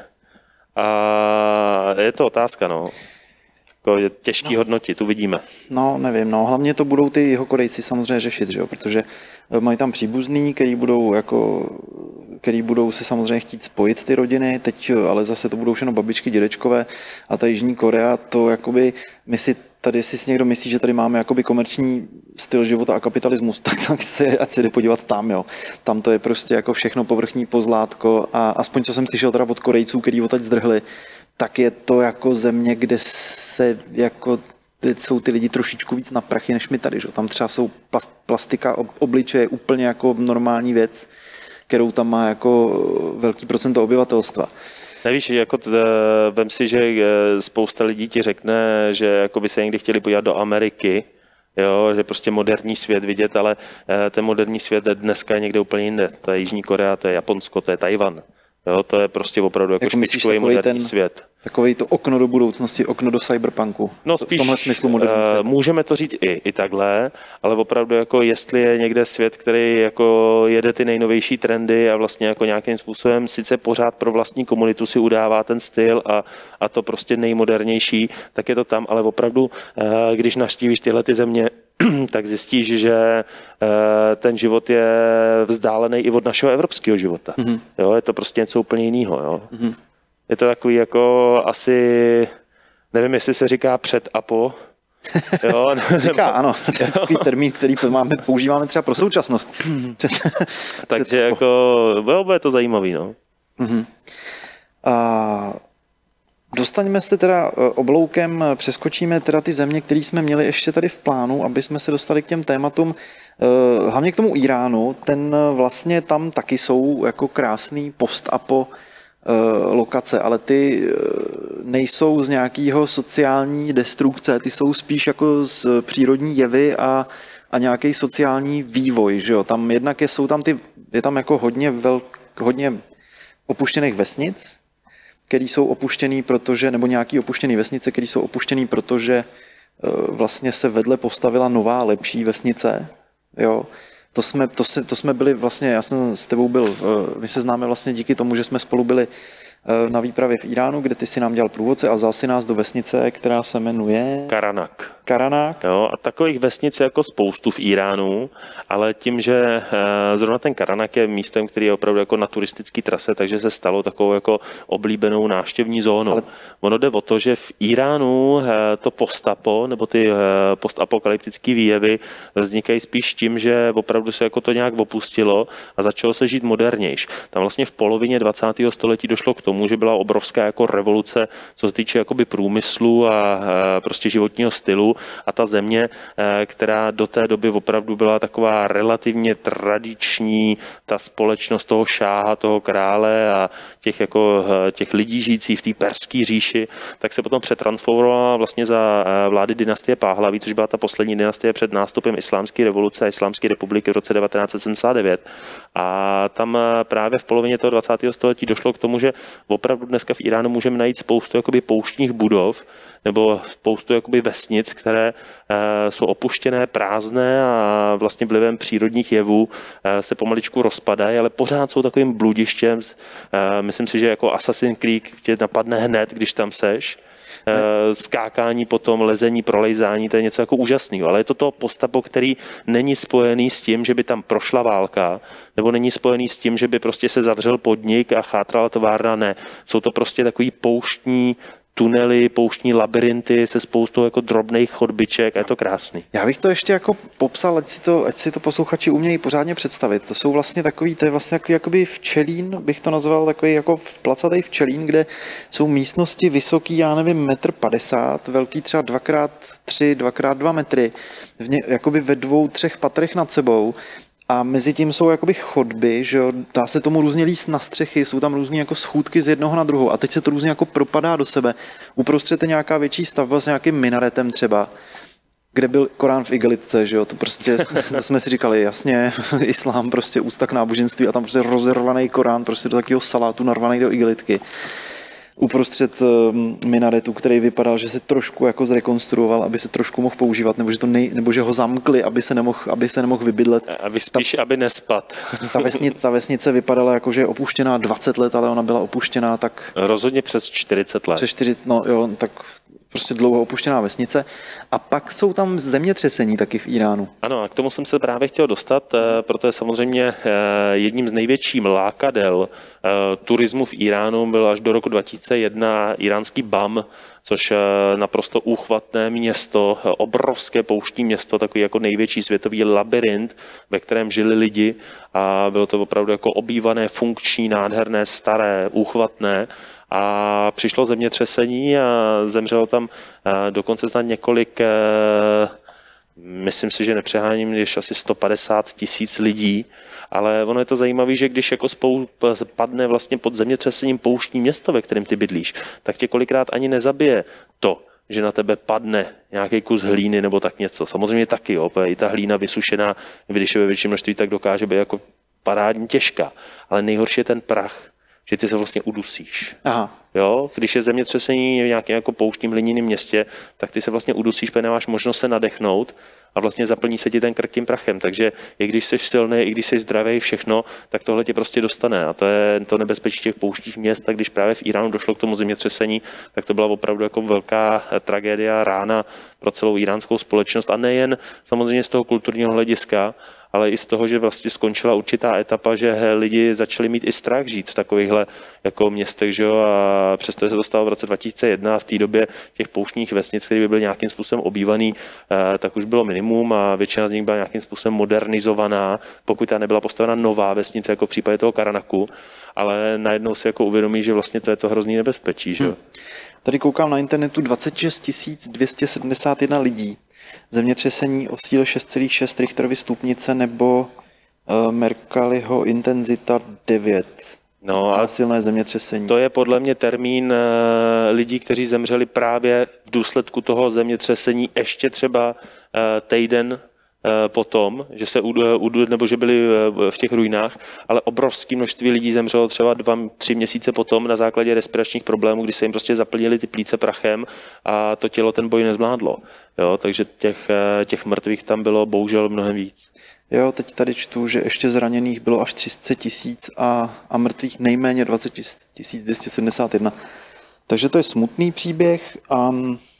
a je to otázka, no. Jako je těžký hodnotit, uvidíme. No, nevím, no, hlavně to budou ty Jihokorejci samozřejmě řešit, že jo, protože mají tam příbuzný, který budou se samozřejmě chtít spojit ty rodiny, teď ale zase to budou všechno babičky, dědečkové a ta Jižní Korea, to jakoby my si tady, jestli si někdo myslí, že tady máme jakoby komerční styl života a kapitalismus, tak ať se jde podívat tam, jo. Tam to je prostě jako všechno povrchní pozlátko a aspoň co jsem slyšel teda od Korejců, který odtaď zdrhli, tak je to jako země, kde se jako jsou ty lidi trošičku víc na prachy než my tady, že? Tam třeba jsou plastika obličeje úplně jako normální věc, kterou tam má jako velký procento obyvatelstva. Nevíš, jako vem si, že spousta lidí ti řekne, že jako by se někdy chtěli podívat do Ameriky, jo, že prostě moderní svět vidět, ale ten moderní svět dneska je někde úplně jinde. To je Jižní Korea, to je Japonsko, to je Tajvan. Jo, to je prostě opravdu jako špičkový moderní svět. Takový to okno do budoucnosti, okno do cyberpunku. No spíš, v tomhle smyslu moderní svět. Můžeme to říct i takhle, ale opravdu jako jestli je někde svět, který jako jede ty nejnovější trendy a vlastně jako nějakým způsobem sice pořád pro vlastní komunitu si udává ten styl a to prostě nejmodernější, tak je to tam, ale opravdu, když navštívíš tyhle ty země, tak zjistíš, že ten život je vzdálený i od našeho evropského života. Mm-hmm. Jo, je to prostě něco úplně jiného. Jo. Mm-hmm. Je to takový jako asi, nevím, jestli se říká před a po. Jo, říká, ano, to je takový termín, který používáme třeba pro současnost. Takže jako, bude to zajímavý. No. Mm-hmm. Dostaňme se teda obloukem, přeskočíme teda ty země, které jsme měli ještě tady v plánu, aby jsme se dostali k těm tématům, hlavně k tomu Iránu, ten vlastně tam taky jsou jako krásný post-apo lokace, ale ty nejsou z nějakého sociální destrukce, ty jsou spíš jako z přírodní jevy a nějaký sociální vývoj, že jo, tam jednak je tam jako hodně opuštěných vesnic, který jsou opuštěný, nebo nějaký opuštěný vesnice, které jsou opuštěný, protože vlastně se vedle postavila nová, lepší vesnice. Jo. To jsme byli vlastně, já jsem s tebou byl, my se známe vlastně díky tomu, že jsme spolu byli na výpravě v Iránu, kde ty si nám dělal průvodce a vzal si nás do vesnice, která se jmenuje... Karanak. Jo, a takových vesnic je jako spoustu v Iránu, ale tím, že zrovna ten Karanak je místem, který je opravdu jako na turistický trase, takže se stalo takovou jako oblíbenou návštěvní zónou. Ale... Ono jde o to, že v Iránu to postapo, nebo ty postapokalyptické výjevy vznikají spíš tím, že opravdu se jako to nějak opustilo a začalo se žít modernějš. Tam vlastně v polovině 20. století došlo k tomu, že byla obrovská jako revoluce, co se týče jakoby průmyslu a prostě životního stylu a ta země, která do té doby opravdu byla taková relativně tradiční, ta společnost toho šáha, toho krále a těch lidí žijících v té perské říši, tak se potom přetransformovala vlastně za vlády dynastie Páhlaví, což byla ta poslední dynastie před nástupem islámské revoluce a Islámské republiky v roce 1979. A tam právě v polovině toho 20. století došlo k tomu, že opravdu dneska v Iránu můžeme najít spoustu jakoby pouštních budov nebo spoustu jakoby vesnic, které jsou opuštěné, prázdné a vlastně vlivem přírodních jevů se pomaličku rozpadají, ale pořád jsou takovým bludištěm. Myslím si, že jako Assassin's Creed tě napadne hned, když tam seš. Skákání potom, lezení, prolejzání, to je něco jako úžasného, ale je to postapo, který není spojený s tím, že by tam prošla válka, nebo není spojený s tím, že by prostě se zavřel podnik a chátrala továrna, ne. Jsou to prostě takový pouštní tunely, pouštní labirinty se spoustou jako drobných chodbiček a je to krásný. Já bych to ještě jako popsal, ať si to posluchači umějí pořádně představit. To jsou vlastně to je vlastně takový jakoby včelín, bych to nazval takový jako placatý včelín, kde jsou místnosti vysoký, já nevím, 1,50 m, velký třeba 2x3, 2x2 metry, jakoby ve 2-3 patrech nad sebou. a mezi tím jsou jakoby chodby, že jo, dá se tomu různě líst na střechy, jsou tam různé jako schůdky z jednoho na druhou a teď se to různě jako propadá do sebe. Uprostřed je nějaká větší stavba s nějakým minaretem třeba, kde byl Korán v igelitce, že jo, to prostě, to jsme si říkali, jasně, islám, prostě úcta k náboženství a tam prostě rozervaný Korán, prostě do takového salátu narvaný do igelitky. Uprostřed minaretu, který vypadal, že se trošku jako zrekonstruoval, aby se trošku mohl používat, nebo že ho zamkli, aby se nemohl vybydlet. Aby nespad. Ta vesnice vypadala jako, že je opuštěná 20 let, ale ona byla opuštěná tak... Rozhodně přes 40 let. Přes 40, no jo, tak prostě dlouho opuštěná vesnice. A pak jsou tam zemětřesení taky v Iránu. Ano, a k tomu jsem se právě chtěl dostat, protože je samozřejmě jedním z největších lákadel turismu v Iránu byl až do roku 2001 iránský BAM, což naprosto úchvatné město, obrovské pouštní město, takový jako největší světový labyrint, ve kterém žili lidi a bylo to opravdu jako obývané, funkční, nádherné, staré, úchvatné. A přišlo zemětřesení a zemřelo tam dokonce snad několik, myslím si, že nepřeháním, když asi 150 000 lidí, ale ono je to zajímavé, že když jako padne vlastně pod zemětřesením pouštní město, ve kterém ty bydlíš, tak tě kolikrát ani nezabije to, že na tebe padne nějaký kus hlíny nebo tak něco. Samozřejmě taky, jo, i ta hlína vysušená, když je ve větším množství, tak dokáže být jako parádně těžká, ale nejhorší je ten prach, že ty se vlastně udusíš. Aha. Jo? Když je zemětřesení v nějakém jako pouštním hliněném městě, tak ty se vlastně udusíš, protože nemáš možnost se nadechnout a vlastně zaplní se ti ten krk tím prachem. Takže i když jsi silný, i když jsi zdravý, všechno, tak tohle tě prostě dostane. A to je to nebezpečí těch pouštních měst. A když právě v Iránu došlo k tomu zemětřesení, tak to byla opravdu jako velká tragédia, rána pro celou iránskou společnost. A nejen samozřejmě z toho kulturního hlediska, ale i z toho, že vlastně skončila určitá etapa, že lidi začali mít i strach žít v takovýchhle jako městech, že jo, a přesto se to stalo v roce 2001 a v té době těch pouštních vesnic, které by byly nějakým způsobem obývaný, tak už bylo minimum a většina z nich byla nějakým způsobem modernizovaná, pokud ta nebyla postavena nová vesnice, jako v případě toho Karanaku, ale najednou si jako uvědomí, že vlastně to je to hrozný nebezpečí, že jo. Tady koukám na internetu 26 271 lidí. Zemětřesení o síle 6,6 Richterovy stupnice nebo Mercalliho intenzita 9. No a silné zemětřesení. To je podle mě termín lidí, kteří zemřeli právě v důsledku toho zemětřesení ještě třeba týden potom, že se nebo že byli v těch ruinách, ale obrovské množství lidí zemřelo třeba 2-3 měsíce potom na základě respiračních problémů, kdy se jim prostě zaplnili ty plíce prachem a to tělo ten boj nezvládlo. Jo, takže těch mrtvých tam bylo bohužel mnohem víc. Jo, teď tady čtu, že ještě zraněných bylo až 300 000 a mrtvých nejméně 20 271. Takže to je smutný příběh a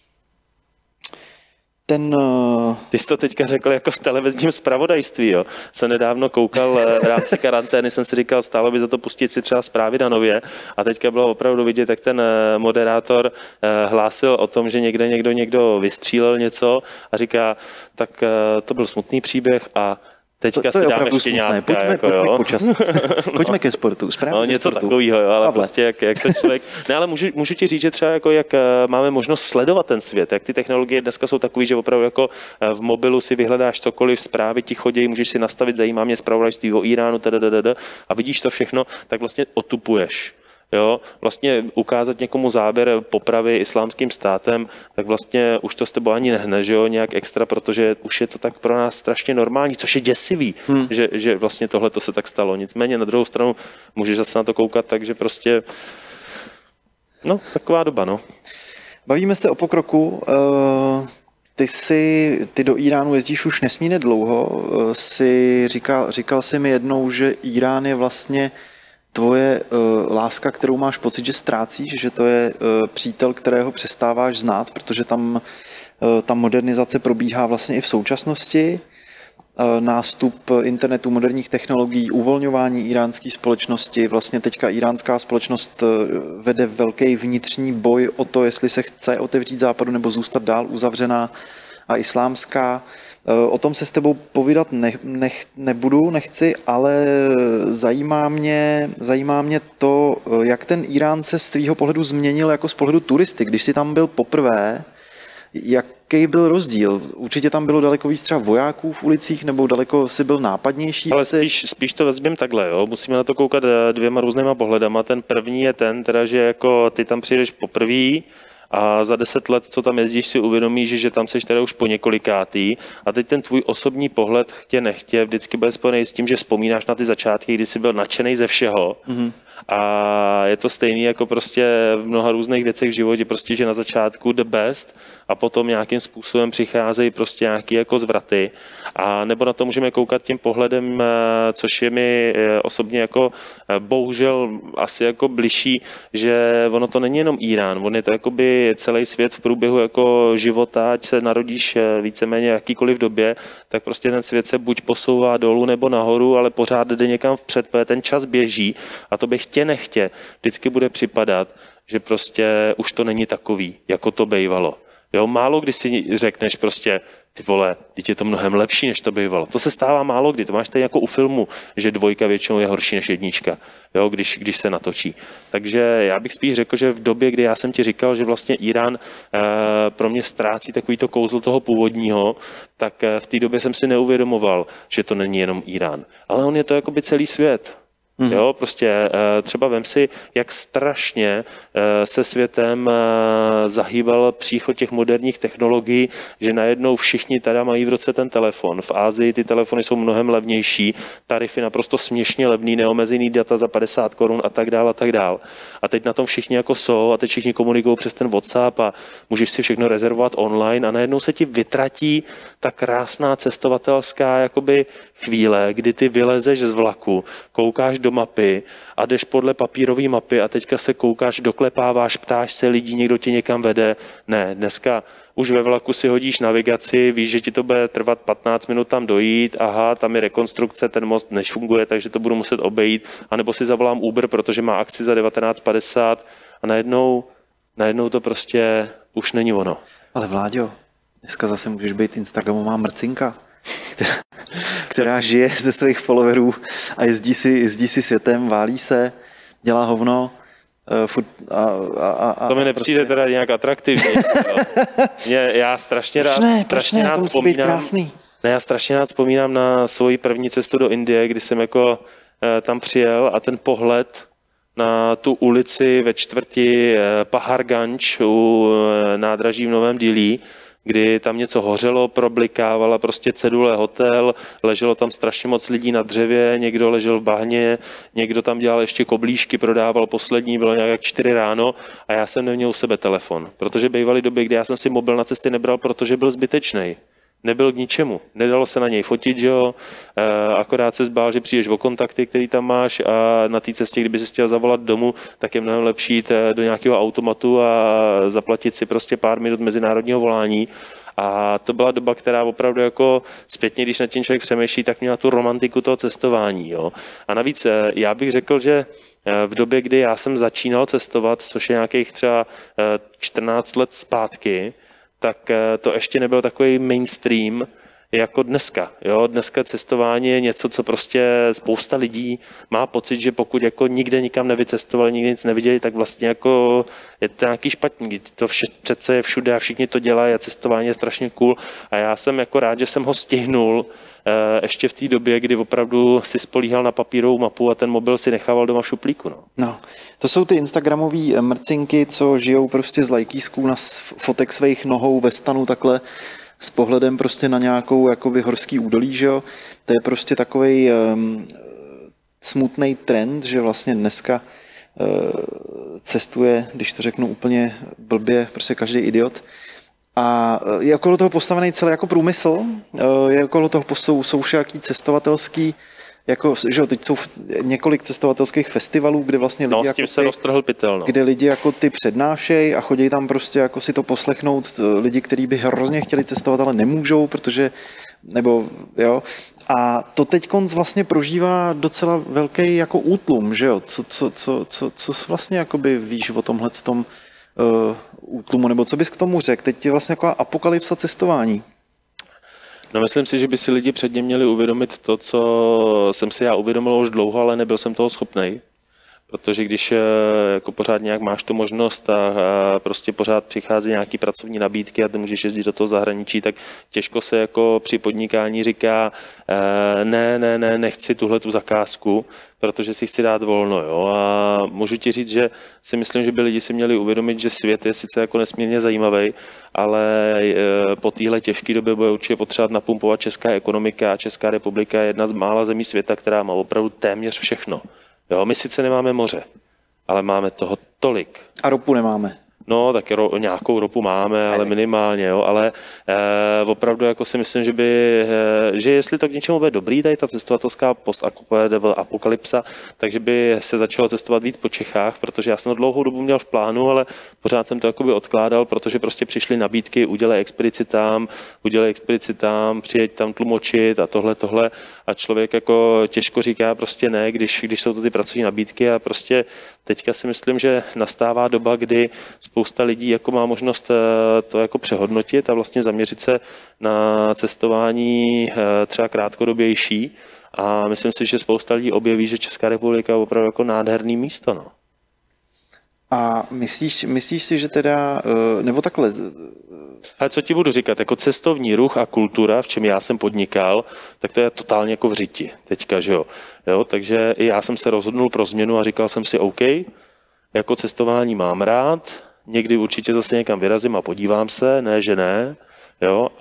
Ty jsi to teďka řekl jako v televizním zpravodajství, jo. Jsem nedávno koukal v rámci karantény, jsem si říkal, stálo by za to pustit si třeba zprávy na Nově a teďka bylo opravdu vidět, jak ten moderátor hlásil o tom, že někdo vystřílel něco a říká, tak to byl smutný příběh a teďka to si je dáme opravdu štěňátka. Pojďme jako, Pojďme ke sportu. No, něco takového, jo, ale Pavle. prostě jak to člověk... Ne, ale můžu ti říct, že třeba jako jak máme možnost sledovat ten svět, jak ty technologie dneska jsou takový, že opravdu jako v mobilu si vyhledáš cokoliv, zprávy ti chodí, můžeš si nastavit, zajímá mě zpravodajství o Iránu, a vidíš to všechno, tak vlastně otupuješ. Jo, vlastně ukázat někomu záběr popravy islámským státem, tak vlastně už to s tebou ani nehne, že jo, nějak extra, protože už je to tak pro nás strašně normální, což je děsivý, že vlastně tohle to se tak stalo. Nicméně na druhou stranu můžeš zase na to koukat, takže prostě no, taková doba, no. Bavíme se o pokroku. Ty do Iránu jezdíš už nesmírně dlouho. Říkal jsi mi jednou, že Irán je vlastně tvoje láska, kterou máš pocit, že ztrácíš, že to je přítel, kterého přestáváš znát, protože tam ta modernizace probíhá vlastně i v současnosti. Nástup internetu, moderních technologií, uvolňování iránské společnosti. Vlastně teďka iránská společnost vede velký vnitřní boj o to, jestli se chce otevřít západu nebo zůstat dál uzavřená a islámská. O tom se s tebou povídat nechci, ale zajímá mě to, jak ten Irán se z tvýho pohledu změnil jako z pohledu turisty. Když jsi tam byl poprvé, jaký byl rozdíl? Určitě tam bylo daleko víc třeba vojáků v ulicích, nebo daleko si byl nápadnější? Ale spíš to vezmeme takhle, jo. Musíme na to koukat dvěma různýma pohledama. Ten první je ten, teda, že jako ty tam přijdeš poprvé a za 10 let, co tam jezdíš, si uvědomíš, že tam seš teda už po několikátý a teď ten tvůj osobní pohled chtě nechtě vždycky bude spojený s tím, že vzpomínáš na ty začátky, kdy jsi byl nadšený ze všeho. A je to stejný jako prostě v mnoha různých věcech v životě, prostě, že na začátku the best a potom nějakým způsobem přicházejí prostě nějaký jako zvraty. A nebo na to můžeme koukat tím pohledem, což je mi osobně jako bohužel asi jako bližší, že ono to není jenom Irán, on je to jakoby celý svět v průběhu jako života, ať se narodíš víceméně jakýkoliv době, tak prostě ten svět se buď posouvá dolů nebo nahoru, ale pořád jde někam vpřed, protože ten čas běží a to bych chtě nechtě vždycky bude připadat, že prostě už to není takový, jako to bývalo. Jo, málo kdy si řekneš prostě, ty vole, teď je to mnohem lepší, než to bývalo. To se stává málo kdy, to máš stejně jako u filmu, že 2 většinou je horší než 1, jo, když se natočí. Takže já bych spíš řekl, že v době, kdy já jsem ti říkal, že vlastně Irán pro mě ztrácí takový to kouzlo toho původního, tak v té době jsem si neuvědomoval, že to není jenom Irán. Ale on je to jakoby celý svět. Jo, prostě třeba vem si, jak strašně se světem zahýbal příchod těch moderních technologií, že najednou všichni teda mají v ruce ten telefon. V Asii ty telefony jsou mnohem levnější, tarify naprosto směšně levný, neomezený data za 50 korun a tak dál a tak dál. A teď na tom všichni jako jsou a teď všichni komunikují přes ten WhatsApp a můžeš si všechno rezervovat online a najednou se ti vytratí ta krásná cestovatelská jakoby chvíle, kdy ty vylezeš z vlaku, koukáš do mapy a jdeš podle papírové mapy a teďka se koukáš, doklepáváš, ptáš se lidí, někdo tě někam vede. Ne, dneska už ve vlaku si hodíš navigaci, víš, že ti to bude trvat 15 minut tam dojít, aha, tam je rekonstrukce, ten most nefunguje, takže to budu muset obejít, anebo si zavolám Uber, protože má akci za 19,50 a najednou to prostě už není ono. Ale Vláďo, dneska zase můžeš být Instagramová mrcinka, která žije ze svých followerů a jezdí si světem, válí se, dělá hovno. To mi nepřijde teda nějak atraktivní. Já strašně rád, proč ne? To musí být krásný. Ne, já strašně rád vzpomínám na svoji první cestu do Indie, kdy jsem jako tam přijel a ten pohled na tu ulici ve čtvrti Paharganj u nádraží v Novém Dillí, kdy tam něco hořelo, problikávala prostě cedule hotel, leželo tam strašně moc lidí na dřevě, někdo ležel v bahně, někdo tam dělal ještě koblížky, prodával poslední, bylo nějak 4 ráno a já jsem neměl u sebe telefon, protože bývaly doby, kdy já jsem si mobil na cesty nebral, protože byl zbytečný. Nebyl k ničemu, nedalo se na něj fotit, že jo, akorát se zbál, že přijdeš o kontakty, který tam máš a na té cestě, kdyby si chtěl zavolat domů, tak je mnohem lepší jít do nějakého automatu a zaplatit si prostě pár minut mezinárodního volání. A to byla doba, která opravdu jako zpětně, když nad tím člověk přemýšlí, tak měla tu romantiku toho cestování. Jo. A navíc já bych řekl, že v době, kdy já jsem začínal cestovat, což je nějakých třeba 14 let zpátky, tak to ještě nebyl takový mainstream jako dneska. Jo? Dneska cestování je něco, co prostě spousta lidí má pocit, že pokud jako nikde nikam nevycestovali, nikde nic neviděli, tak vlastně jako je to nějaký špatný. To přece je všude a všichni to dělají a cestování je strašně cool. A já jsem jako rád, že jsem ho stihnul ještě v té době, kdy opravdu si spolíhal na papírovou mapu a ten mobil si nechával doma v šuplíku. No, to jsou ty instagramový mrcinky, co žijou prostě z lajkísků na fotek svých nohou ve stanu takhle s pohledem prostě na nějakou jakoby horský údolí, že jo. To je prostě takovej smutný trend, že vlastně dneska cestuje, když to řeknu úplně blbě, prostě každý idiot. A je okolo toho postavený celý jako průmysl, je okolo toho jsou všaký cestovatelský, jako, že teď jsou několik cestovatelských festivalů, kde vlastně lidi, s tím jako se roztrhl pytel, kde lidi jako ty přednášejí a chodí tam prostě jako si to poslechnout lidi, kteří by hrozně chtěli cestovat, ale nemůžou, protože, nebo jo. A to teďkonc vlastně prožívá docela velký jako útlum, že jo. Co vlastně jakoby víš o tomhletom útlumu, nebo co bys k tomu řekl? Teď je vlastně jako apokalypsa cestování. No, myslím si, že by si lidi předně měli uvědomit to, co jsem si já uvědomil už dlouho, ale nebyl jsem toho schopnej. protože když jako pořád nějak máš tu možnost a prostě pořád přichází nějaký pracovní nabídky a ty můžeš jezdit do toho zahraničí, tak těžko se jako při podnikání říká nechci tuhle tu zakázku, protože si chci dát volno. Jo? A můžu ti říct, že si myslím, že by lidi si měli uvědomit, že svět je sice jako nesmírně zajímavý, ale po téhle těžké době bude určitě potřebovat napumpovat česká ekonomika a Česká republika je jedna z mála zemí světa, která má opravdu téměř všechno. Jo, my sice nemáme moře, ale máme toho tolik. A ropu nemáme. No, tak nějakou ropu máme, ale minimálně, jo, ale opravdu jako si myslím, že jestli to k něčemu bude dobrý, tady ta cestovatelská postapokalypsa, takže by se začalo cestovat víc po Čechách, protože já jsem to dlouhou dobu měl v plánu, ale pořád jsem to jakoby odkládal, protože prostě přišly nabídky, udělej expedici tam, přijeď tam tlumočit a tohle a člověk jako těžko říká prostě ne, když jsou to ty pracovní nabídky a prostě teďka si myslím, že nastává doba, kdy spousta lidí jako má možnost to jako přehodnotit a vlastně zaměřit se na cestování třeba krátkodobější a myslím si, že spousta lidí objeví, že Česká republika je opravdu jako nádherný místo. No. A myslíš si, že teda, nebo takhle... Ale co ti budu říkat, jako cestovní ruch a kultura, v čem já jsem podnikal, tak to je totálně jako v řiti teďka, že jo. Takže i já jsem se rozhodnul pro změnu a říkal jsem si OK, jako cestování mám rád, někdy určitě zase někam vyrazím a podívám se, ne, že ne, jo,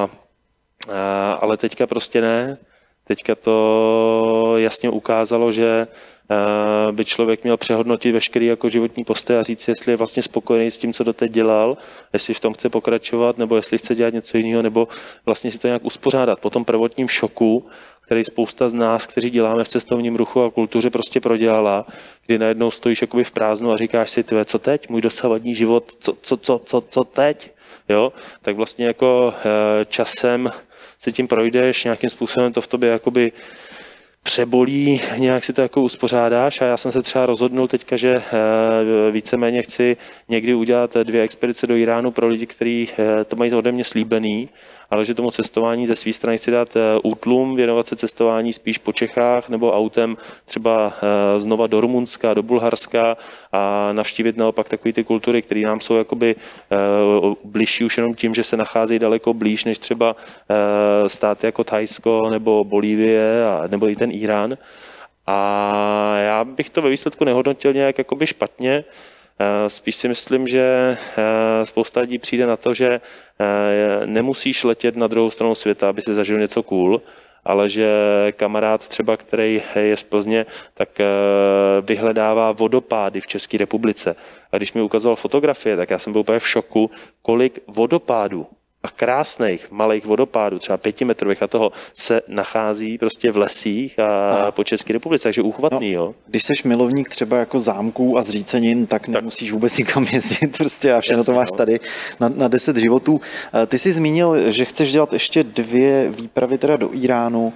ale teďka prostě ne. Teďka to jasně ukázalo, že by člověk měl přehodnotit veškerý jako životní postoj a říct, jestli je vlastně spokojený s tím, co doteď dělal, jestli v tom chce pokračovat, nebo jestli chce dělat něco jiného, nebo vlastně si to nějak uspořádat. Po tom prvotním šoku, který spousta z nás, kteří děláme v cestovním ruchu a kultuře, prostě prodělala, kdy najednou stojíš jakoby v prázdnu a říkáš si, co teď? Můj dosavadní život, co teď? Jo? Tak vlastně jako časem si tím projdeš, nějakým způsobem to v tobě jakoby přebolí, nějak si to jako uspořádáš a já jsem se třeba rozhodnul teďka, že víceméně chci někdy udělat 2 expedice do Iránu pro lidi, kteří to mají ode mě slíbený, ale že tomu cestování ze své strany chci dát útlum, věnovat se cestování spíš po Čechách nebo autem třeba znova do Rumunska, do Bulharska a navštívit naopak takové ty kultury, které nám jsou jakoby bližší už jenom tím, že se nacházejí daleko blíž než třeba státy jako Thajsko nebo Bolívie nebo i ten Irán. A já bych to ve výsledku nehodnotil nějak jakoby špatně. Spíš si myslím, že spousta lidí přijde na to, že nemusíš letět na druhou stranu světa, aby si zažil něco cool, ale že kamarád třeba, který je z Plzně, tak vyhledává vodopády v České republice. A když mi ukazoval fotografie, tak já jsem byl úplně v šoku, kolik vodopádů a krásných malých vodopádů, třeba 5metrových a toho, se nachází prostě v lesích a po České republice, takže úchvatný, jo. Když seš milovník třeba jako zámků a zřícenin, tak nemusíš vůbec nikam jezdit prostě a všechno to máš tady na 10 životů. Ty jsi zmínil, že chceš dělat ještě 2 výpravy teda do Iránu.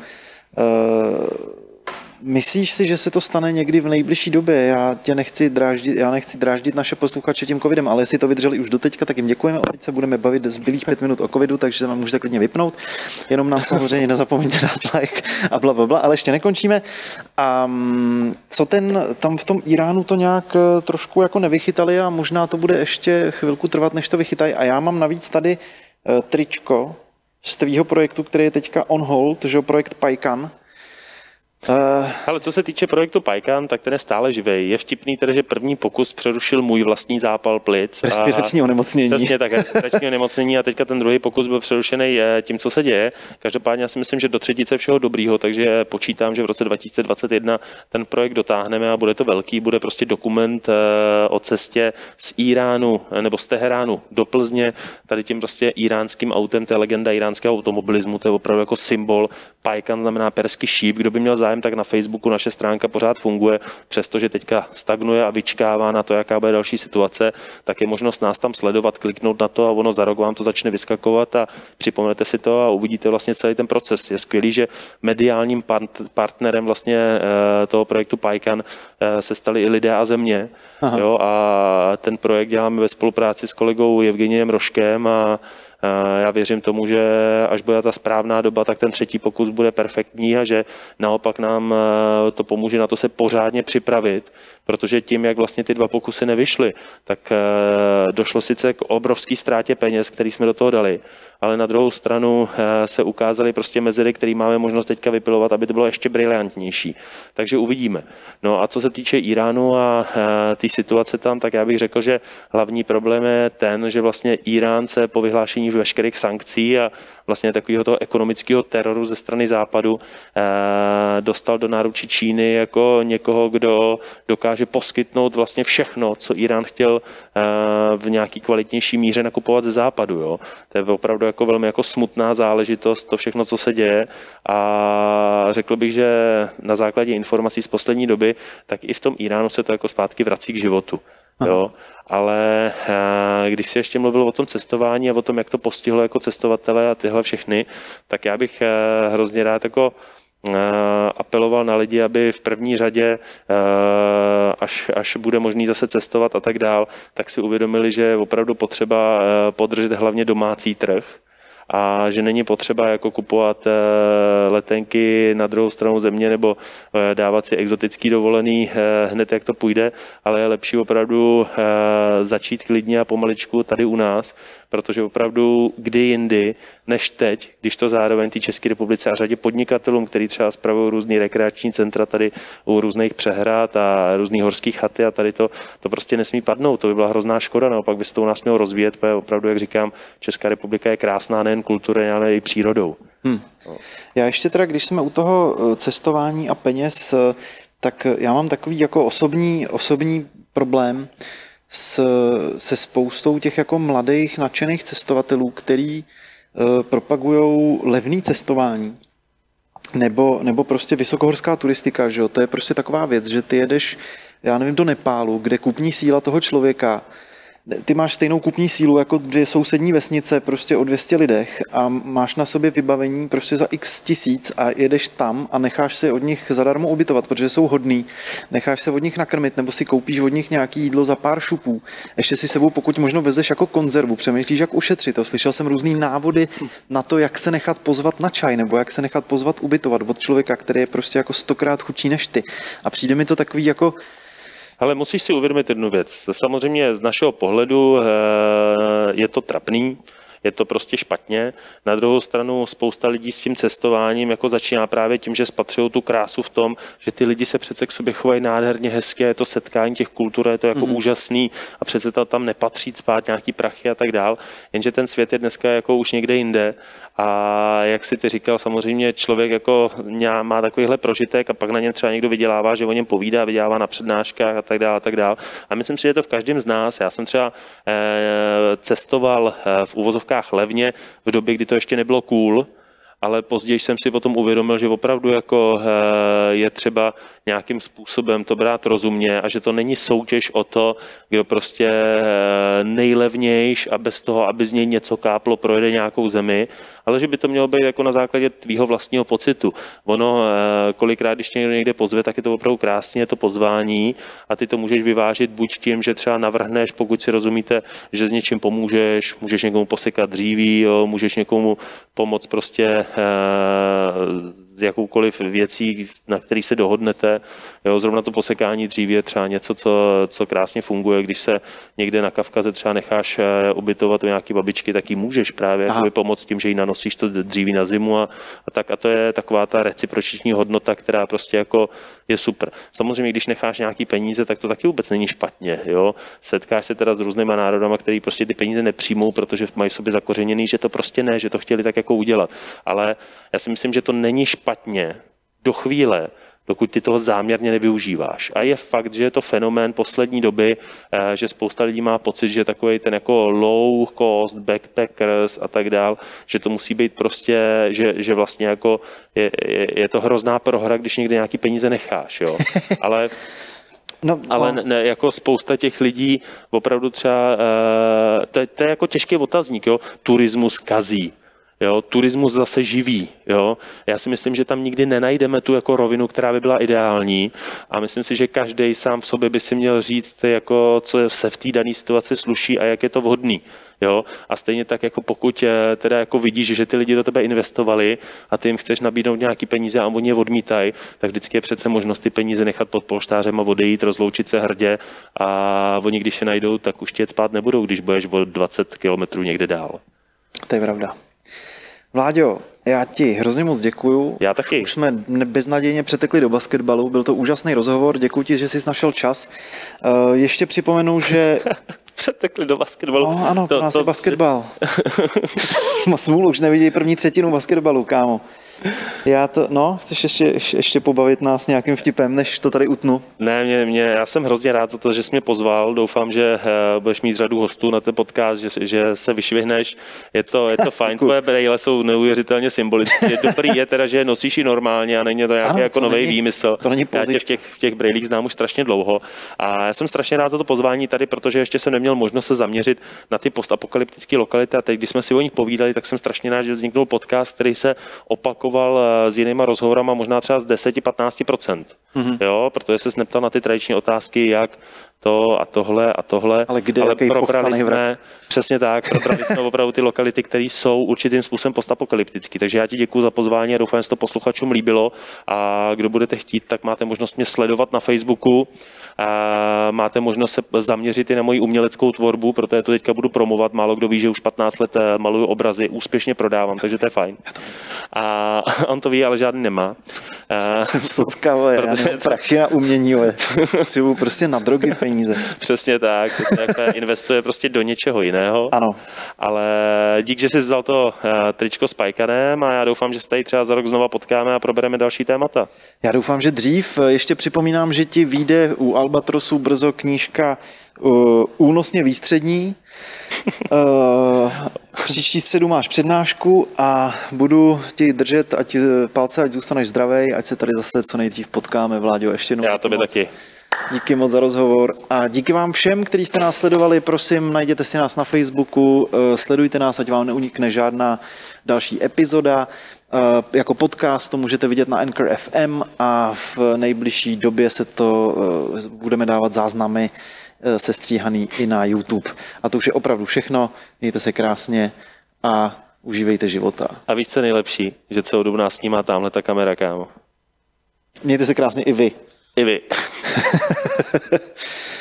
Myslíš si, že se to stane někdy v nejbližší době? Já nechci dráždit naše posluchače tím covidem, ale jestli to vydrželi už doteďka, tak jim děkujeme. Teď se budeme bavit zbylých 5 minut o covidu, takže se nám můžete klidně vypnout. Jenom nám samozřejmě nezapomeňte dát like a blablabla, ale ještě nekončíme. A co tam v tom Iránu to nějak trošku jako nevychytali a možná to bude ještě chvilku trvat, než to vychytají. A já mám navíc tady tričko z tvýho projektu, který je teďka on hold, že projekt Pajkan. Ale co se týče projektu Pajkan, tak ten je stále živej. Je vtipný tedy, že první pokus přerušil můj vlastní zápal plic. Respirační onemocnění. Přesně tak, respirační onemocnění a teďka ten druhý pokus byl přerušený tím, co se děje. Každopádně já si myslím, že do třetice všeho dobrýho, takže počítám, že v roce 2021 ten projekt dotáhneme a bude to velký, bude prostě dokument o cestě z Iránu nebo z Teheránu do Plzně. Tady tím prostě iránským autem, to je legenda iránského automobilismu, to je opravdu jako symbol. Pajkan znamená perský šíp, kdo by měl zájem, tak na Facebooku naše stránka pořád funguje, přestože teďka stagnuje a vyčkává na to, jaká bude další situace, tak je možnost nás tam sledovat, kliknout na to a ono za rok vám to začne vyskakovat a připomenete si to a uvidíte vlastně celý ten proces. Je skvělý, že mediálním partnerem vlastně toho projektu Pajkan se stali i lidé a země. Jo, a ten projekt děláme ve spolupráci s kolegou Evgeniem Roškem a Já věřím tomu, že až bude ta správná doba, tak ten třetí pokus bude perfektní a že naopak nám to pomůže na to se pořádně připravit, protože tím, jak vlastně ty 2 pokusy nevyšly, tak došlo sice k obrovské ztrátě peněz, který jsme do toho dali, ale na druhou stranu se ukázaly prostě mezery, které máme možnost teďka vypilovat, aby to bylo ještě brilantnější. Takže uvidíme. No a co se týče Iránu a té situace tam, tak já bych řekl, že hlavní problém je ten, že vlastně Irán se po vyhlášení veškerých sankcí a vlastně takového toho ekonomického teroru ze strany západu dostal do náručí Číny jako někoho, kdo dokáže poskytnout vlastně všechno, co Irán chtěl v nějaký kvalitnější míře nakupovat ze západu. Jo. To je opravdu jako velmi jako smutná záležitost, to všechno, co se děje, a řekl bych, že na základě informací z poslední doby, tak i v tom Iránu se to jako zpátky vrací k životu. Jo, ale když si ještě mluvil o tom cestování a o tom, jak to postihlo jako cestovatele a tyhle všechny, tak já bych hrozně rád jako apeloval na lidi, aby v první řadě, až bude možný zase cestovat a tak dál, tak si uvědomili, že je opravdu potřeba podržet hlavně domácí trh, a že není potřeba jako kupovat letenky na druhou stranu země nebo dávat si exotický dovolený hned, jak to půjde, ale je lepší opravdu začít klidně a pomaličku tady u nás, protože opravdu kdy jindy než teď, když to zároveň té České republice a řadě podnikatelům, kteří třeba spravují různý rekreační centra tady u různých přehrad a různých horských chaty a tady to prostě nesmí padnout. To by byla hrozná škoda, naopak by se to u nás mělo rozvíjet, protože opravdu, jak říkám, Česká republika je krásná nejen kulturně, ale i přírodou. Já ještě teda, když jsme u toho cestování a peněz, tak já mám takový jako osobní problém se spoustou těch jako mladých nadšených cestovatelů, který propagujou levný cestování nebo prostě vysokohorská turistika, že jo? To je prostě taková věc, že ty jedeš, já nevím, do Nepálu, kde kupní síla toho člověka, ty máš stejnou kupní sílu jako 2 sousední vesnice prostě o 200 lidech a máš na sobě vybavení prostě za x tisíc a jedeš tam a necháš si od nich zadarmo ubytovat, protože jsou hodný, necháš se od nich nakrmit nebo si koupíš od nich nějaký jídlo za pár šupů. Ještě si sebou pokud možno vezeš jako konzervu, přemýšlíš, jak ušetřit. To slyšel jsem různý návody na to, jak se nechat pozvat na čaj nebo jak se nechat pozvat ubytovat od člověka, který je prostě jako 100krát chudší než ty. A přijde mi to takový jako ale musíš si uvědomit jednu věc. Samozřejmě z našeho pohledu je to trapný, je to prostě špatně. Na druhou stranu spousta lidí s tím cestováním jako začíná právě tím, že spatřují tu krásu v tom, že ty lidi se přece k sobě chovají nádherně hezké, je to setkání těch kultur, je to jako úžasný a přece to tam nepatří spát nějaký prachy a tak dál. Jenže ten svět je dneska jako už někde jinde a jak si ty říkal, samozřejmě člověk jako má takovýhle prožitek a pak na něm třeba někdo vydělává, že o něm povídá, vydělává na přednáškách a tak dál a tak dál. A myslím si, že je to v každém z nás. Já jsem třeba cestoval v uvozovkách levně v době, kdy to ještě nebylo cool, ale později jsem si o tom uvědomil, že opravdu jako je třeba nějakým způsobem to brát rozumně a že to není soutěž o to, kdo prostě nejlevnější a bez toho, aby z něj něco káplo, projede nějakou zemi, ale že by to mělo být jako na základě tvýho vlastního pocitu. Ono kolikrát, když tě někdo někde pozve, tak je to opravdu krásně, je to pozvání a ty to můžeš vyvážit buď tím, že třeba navrhneš, pokud si rozumíte, že s něčím pomůžeš, můžeš někomu posekat dříví, jo, můžeš někomu pomoct prostě s jakoukoliv věcí, na který se dohodnete. Jo, zrovna to posekání dříví je třeba něco, co krásně funguje. Když se někde na Kavkaze třeba necháš ubytovat u nějaký babičky, tak jí můžeš právě pomoct tím, že jí nanosíš to dříví na zimu a tak. A to je taková ta reciproční hodnota, která prostě jako je super. Samozřejmě, když necháš nějaký peníze, tak to taky vůbec není špatně. Jo? Setkáš se teda s různýma národama, který prostě ty peníze nepřijmou, protože mají v sobě zakořeněný, že to prostě ne, že to chtěli tak jako udělat. Ale já si myslím, že to není špatně do chvíle, dokud ty toho záměrně nevyužíváš. A je fakt, že je to fenomén poslední doby, že spousta lidí má pocit, že takový ten jako low cost backpackers a tak dál, že to musí být prostě, že vlastně jako je to hrozná prohra, když někde nějaký peníze necháš, jo. Ale ne, jako spousta těch lidí opravdu třeba, to je jako těžký otazník, jo, turismus kazí. Jo, turismus zase živí. Jo. Já si myslím, že tam nikdy nenajdeme tu jako rovinu, která by byla ideální a myslím si, že každý sám v sobě by si měl říct, jako, co se v té dané situaci sluší a jak je to vhodný. Jo? A stejně tak, jako pokud teda jako vidíš, že ty lidi do tebe investovali a ty jim chceš nabídnout nějaký peníze a oni je odmítají, tak vždycky je přece možnost ty peníze nechat pod polštářem a odejít, rozloučit se hrdě a oni, když je najdou, tak už tě spát nebudou, když budeš o 20 kilometrů někde dál. To je pravda. Vláďo, já ti hrozně moc děkuju. Já taky. Už jsme beznadějně přetekli do basketbalu, byl to úžasný rozhovor, děkuji ti, že jsi našel čas. Ještě připomenu, že... Přetekli do basketbalu. No ano, pro nás je basketbal. Má smůlu, už nevidí první třetinu basketbalu, kámo. Chceš ještě pobavit nás nějakým vtipem, než to tady utnu? Ne, já jsem hrozně rád za to, že jsi mě pozval. Doufám, že budeš mít řadu hostů na ten podcast, že se vyšvihneš. Je to fajn, tvoje brejle jsou neuvěřitelně symbolické. Dobrý je teda, že je nosíš i normálně a není to nějaký jako nový výmysl. To není já tě v těch brejlích znám už strašně dlouho. A já jsem strašně rád za to pozvání tady, protože ještě jsem neměl možnost se zaměřit na ty postapokalyptické lokality a teď, když jsme si o nich povídali, tak jsem strašně rád, že vzniknul podcast, který se opakoval s jinýma rozhovorama možná třeba z 10-15%. Jo, protože se neptal na ty tradiční otázky, jak to a tohle. Ale probrali jsme, přesně tak, probrali jsme opravdu ty lokality, které jsou určitým způsobem postapokalyptické. Takže já ti děkuji za pozvání a doufám, že se to posluchačům líbilo. A kdo budete chtít, tak máte možnost mě sledovat na Facebooku. A máte možnost se zaměřit i na moji uměleckou tvorbu, protože to teďka budu promovat. Málo kdo ví, že už 15 let maluju obrazy, úspěšně prodávám, takže to je fajn. A on to ví, ale žádný nemá. Jsem sockavo, já nemám prachy na umění, potřebuji prostě na drogy peníze. Přesně tak, investuje prostě do něčeho jiného. Ano. Ale dík, že jsi vzal to tričko s Pajkanem a já doufám, že se tady třeba za rok znova potkáme a probereme další témata. Já doufám, že dřív. Ještě připomínám, že ti vyjde u Albatrosu brzo knížka Únosně výstřední. Příští středu máš přednášku a budu ti držet palce, ať zůstaneš zdravej, ať se tady zase co nejdřív potkáme, Vláďo. Ještě jednou. Já tobě taky. Díky moc za rozhovor a díky vám všem, kteří jste nás sledovali. Prosím, najděte si nás na Facebooku, sledujte nás, ať vám neunikne žádná další epizoda. Jako podcast to můžete vidět na Anchor FM a v nejbližší době budeme dávat záznamy sestříhaný i na YouTube. A to už je opravdu všechno. Mějte se krásně a užívejte života. A víš, co je nejlepší? Že celou dobu nás snímá tamhle ta kamera, kámo. Mějte se krásně i vy. I vy.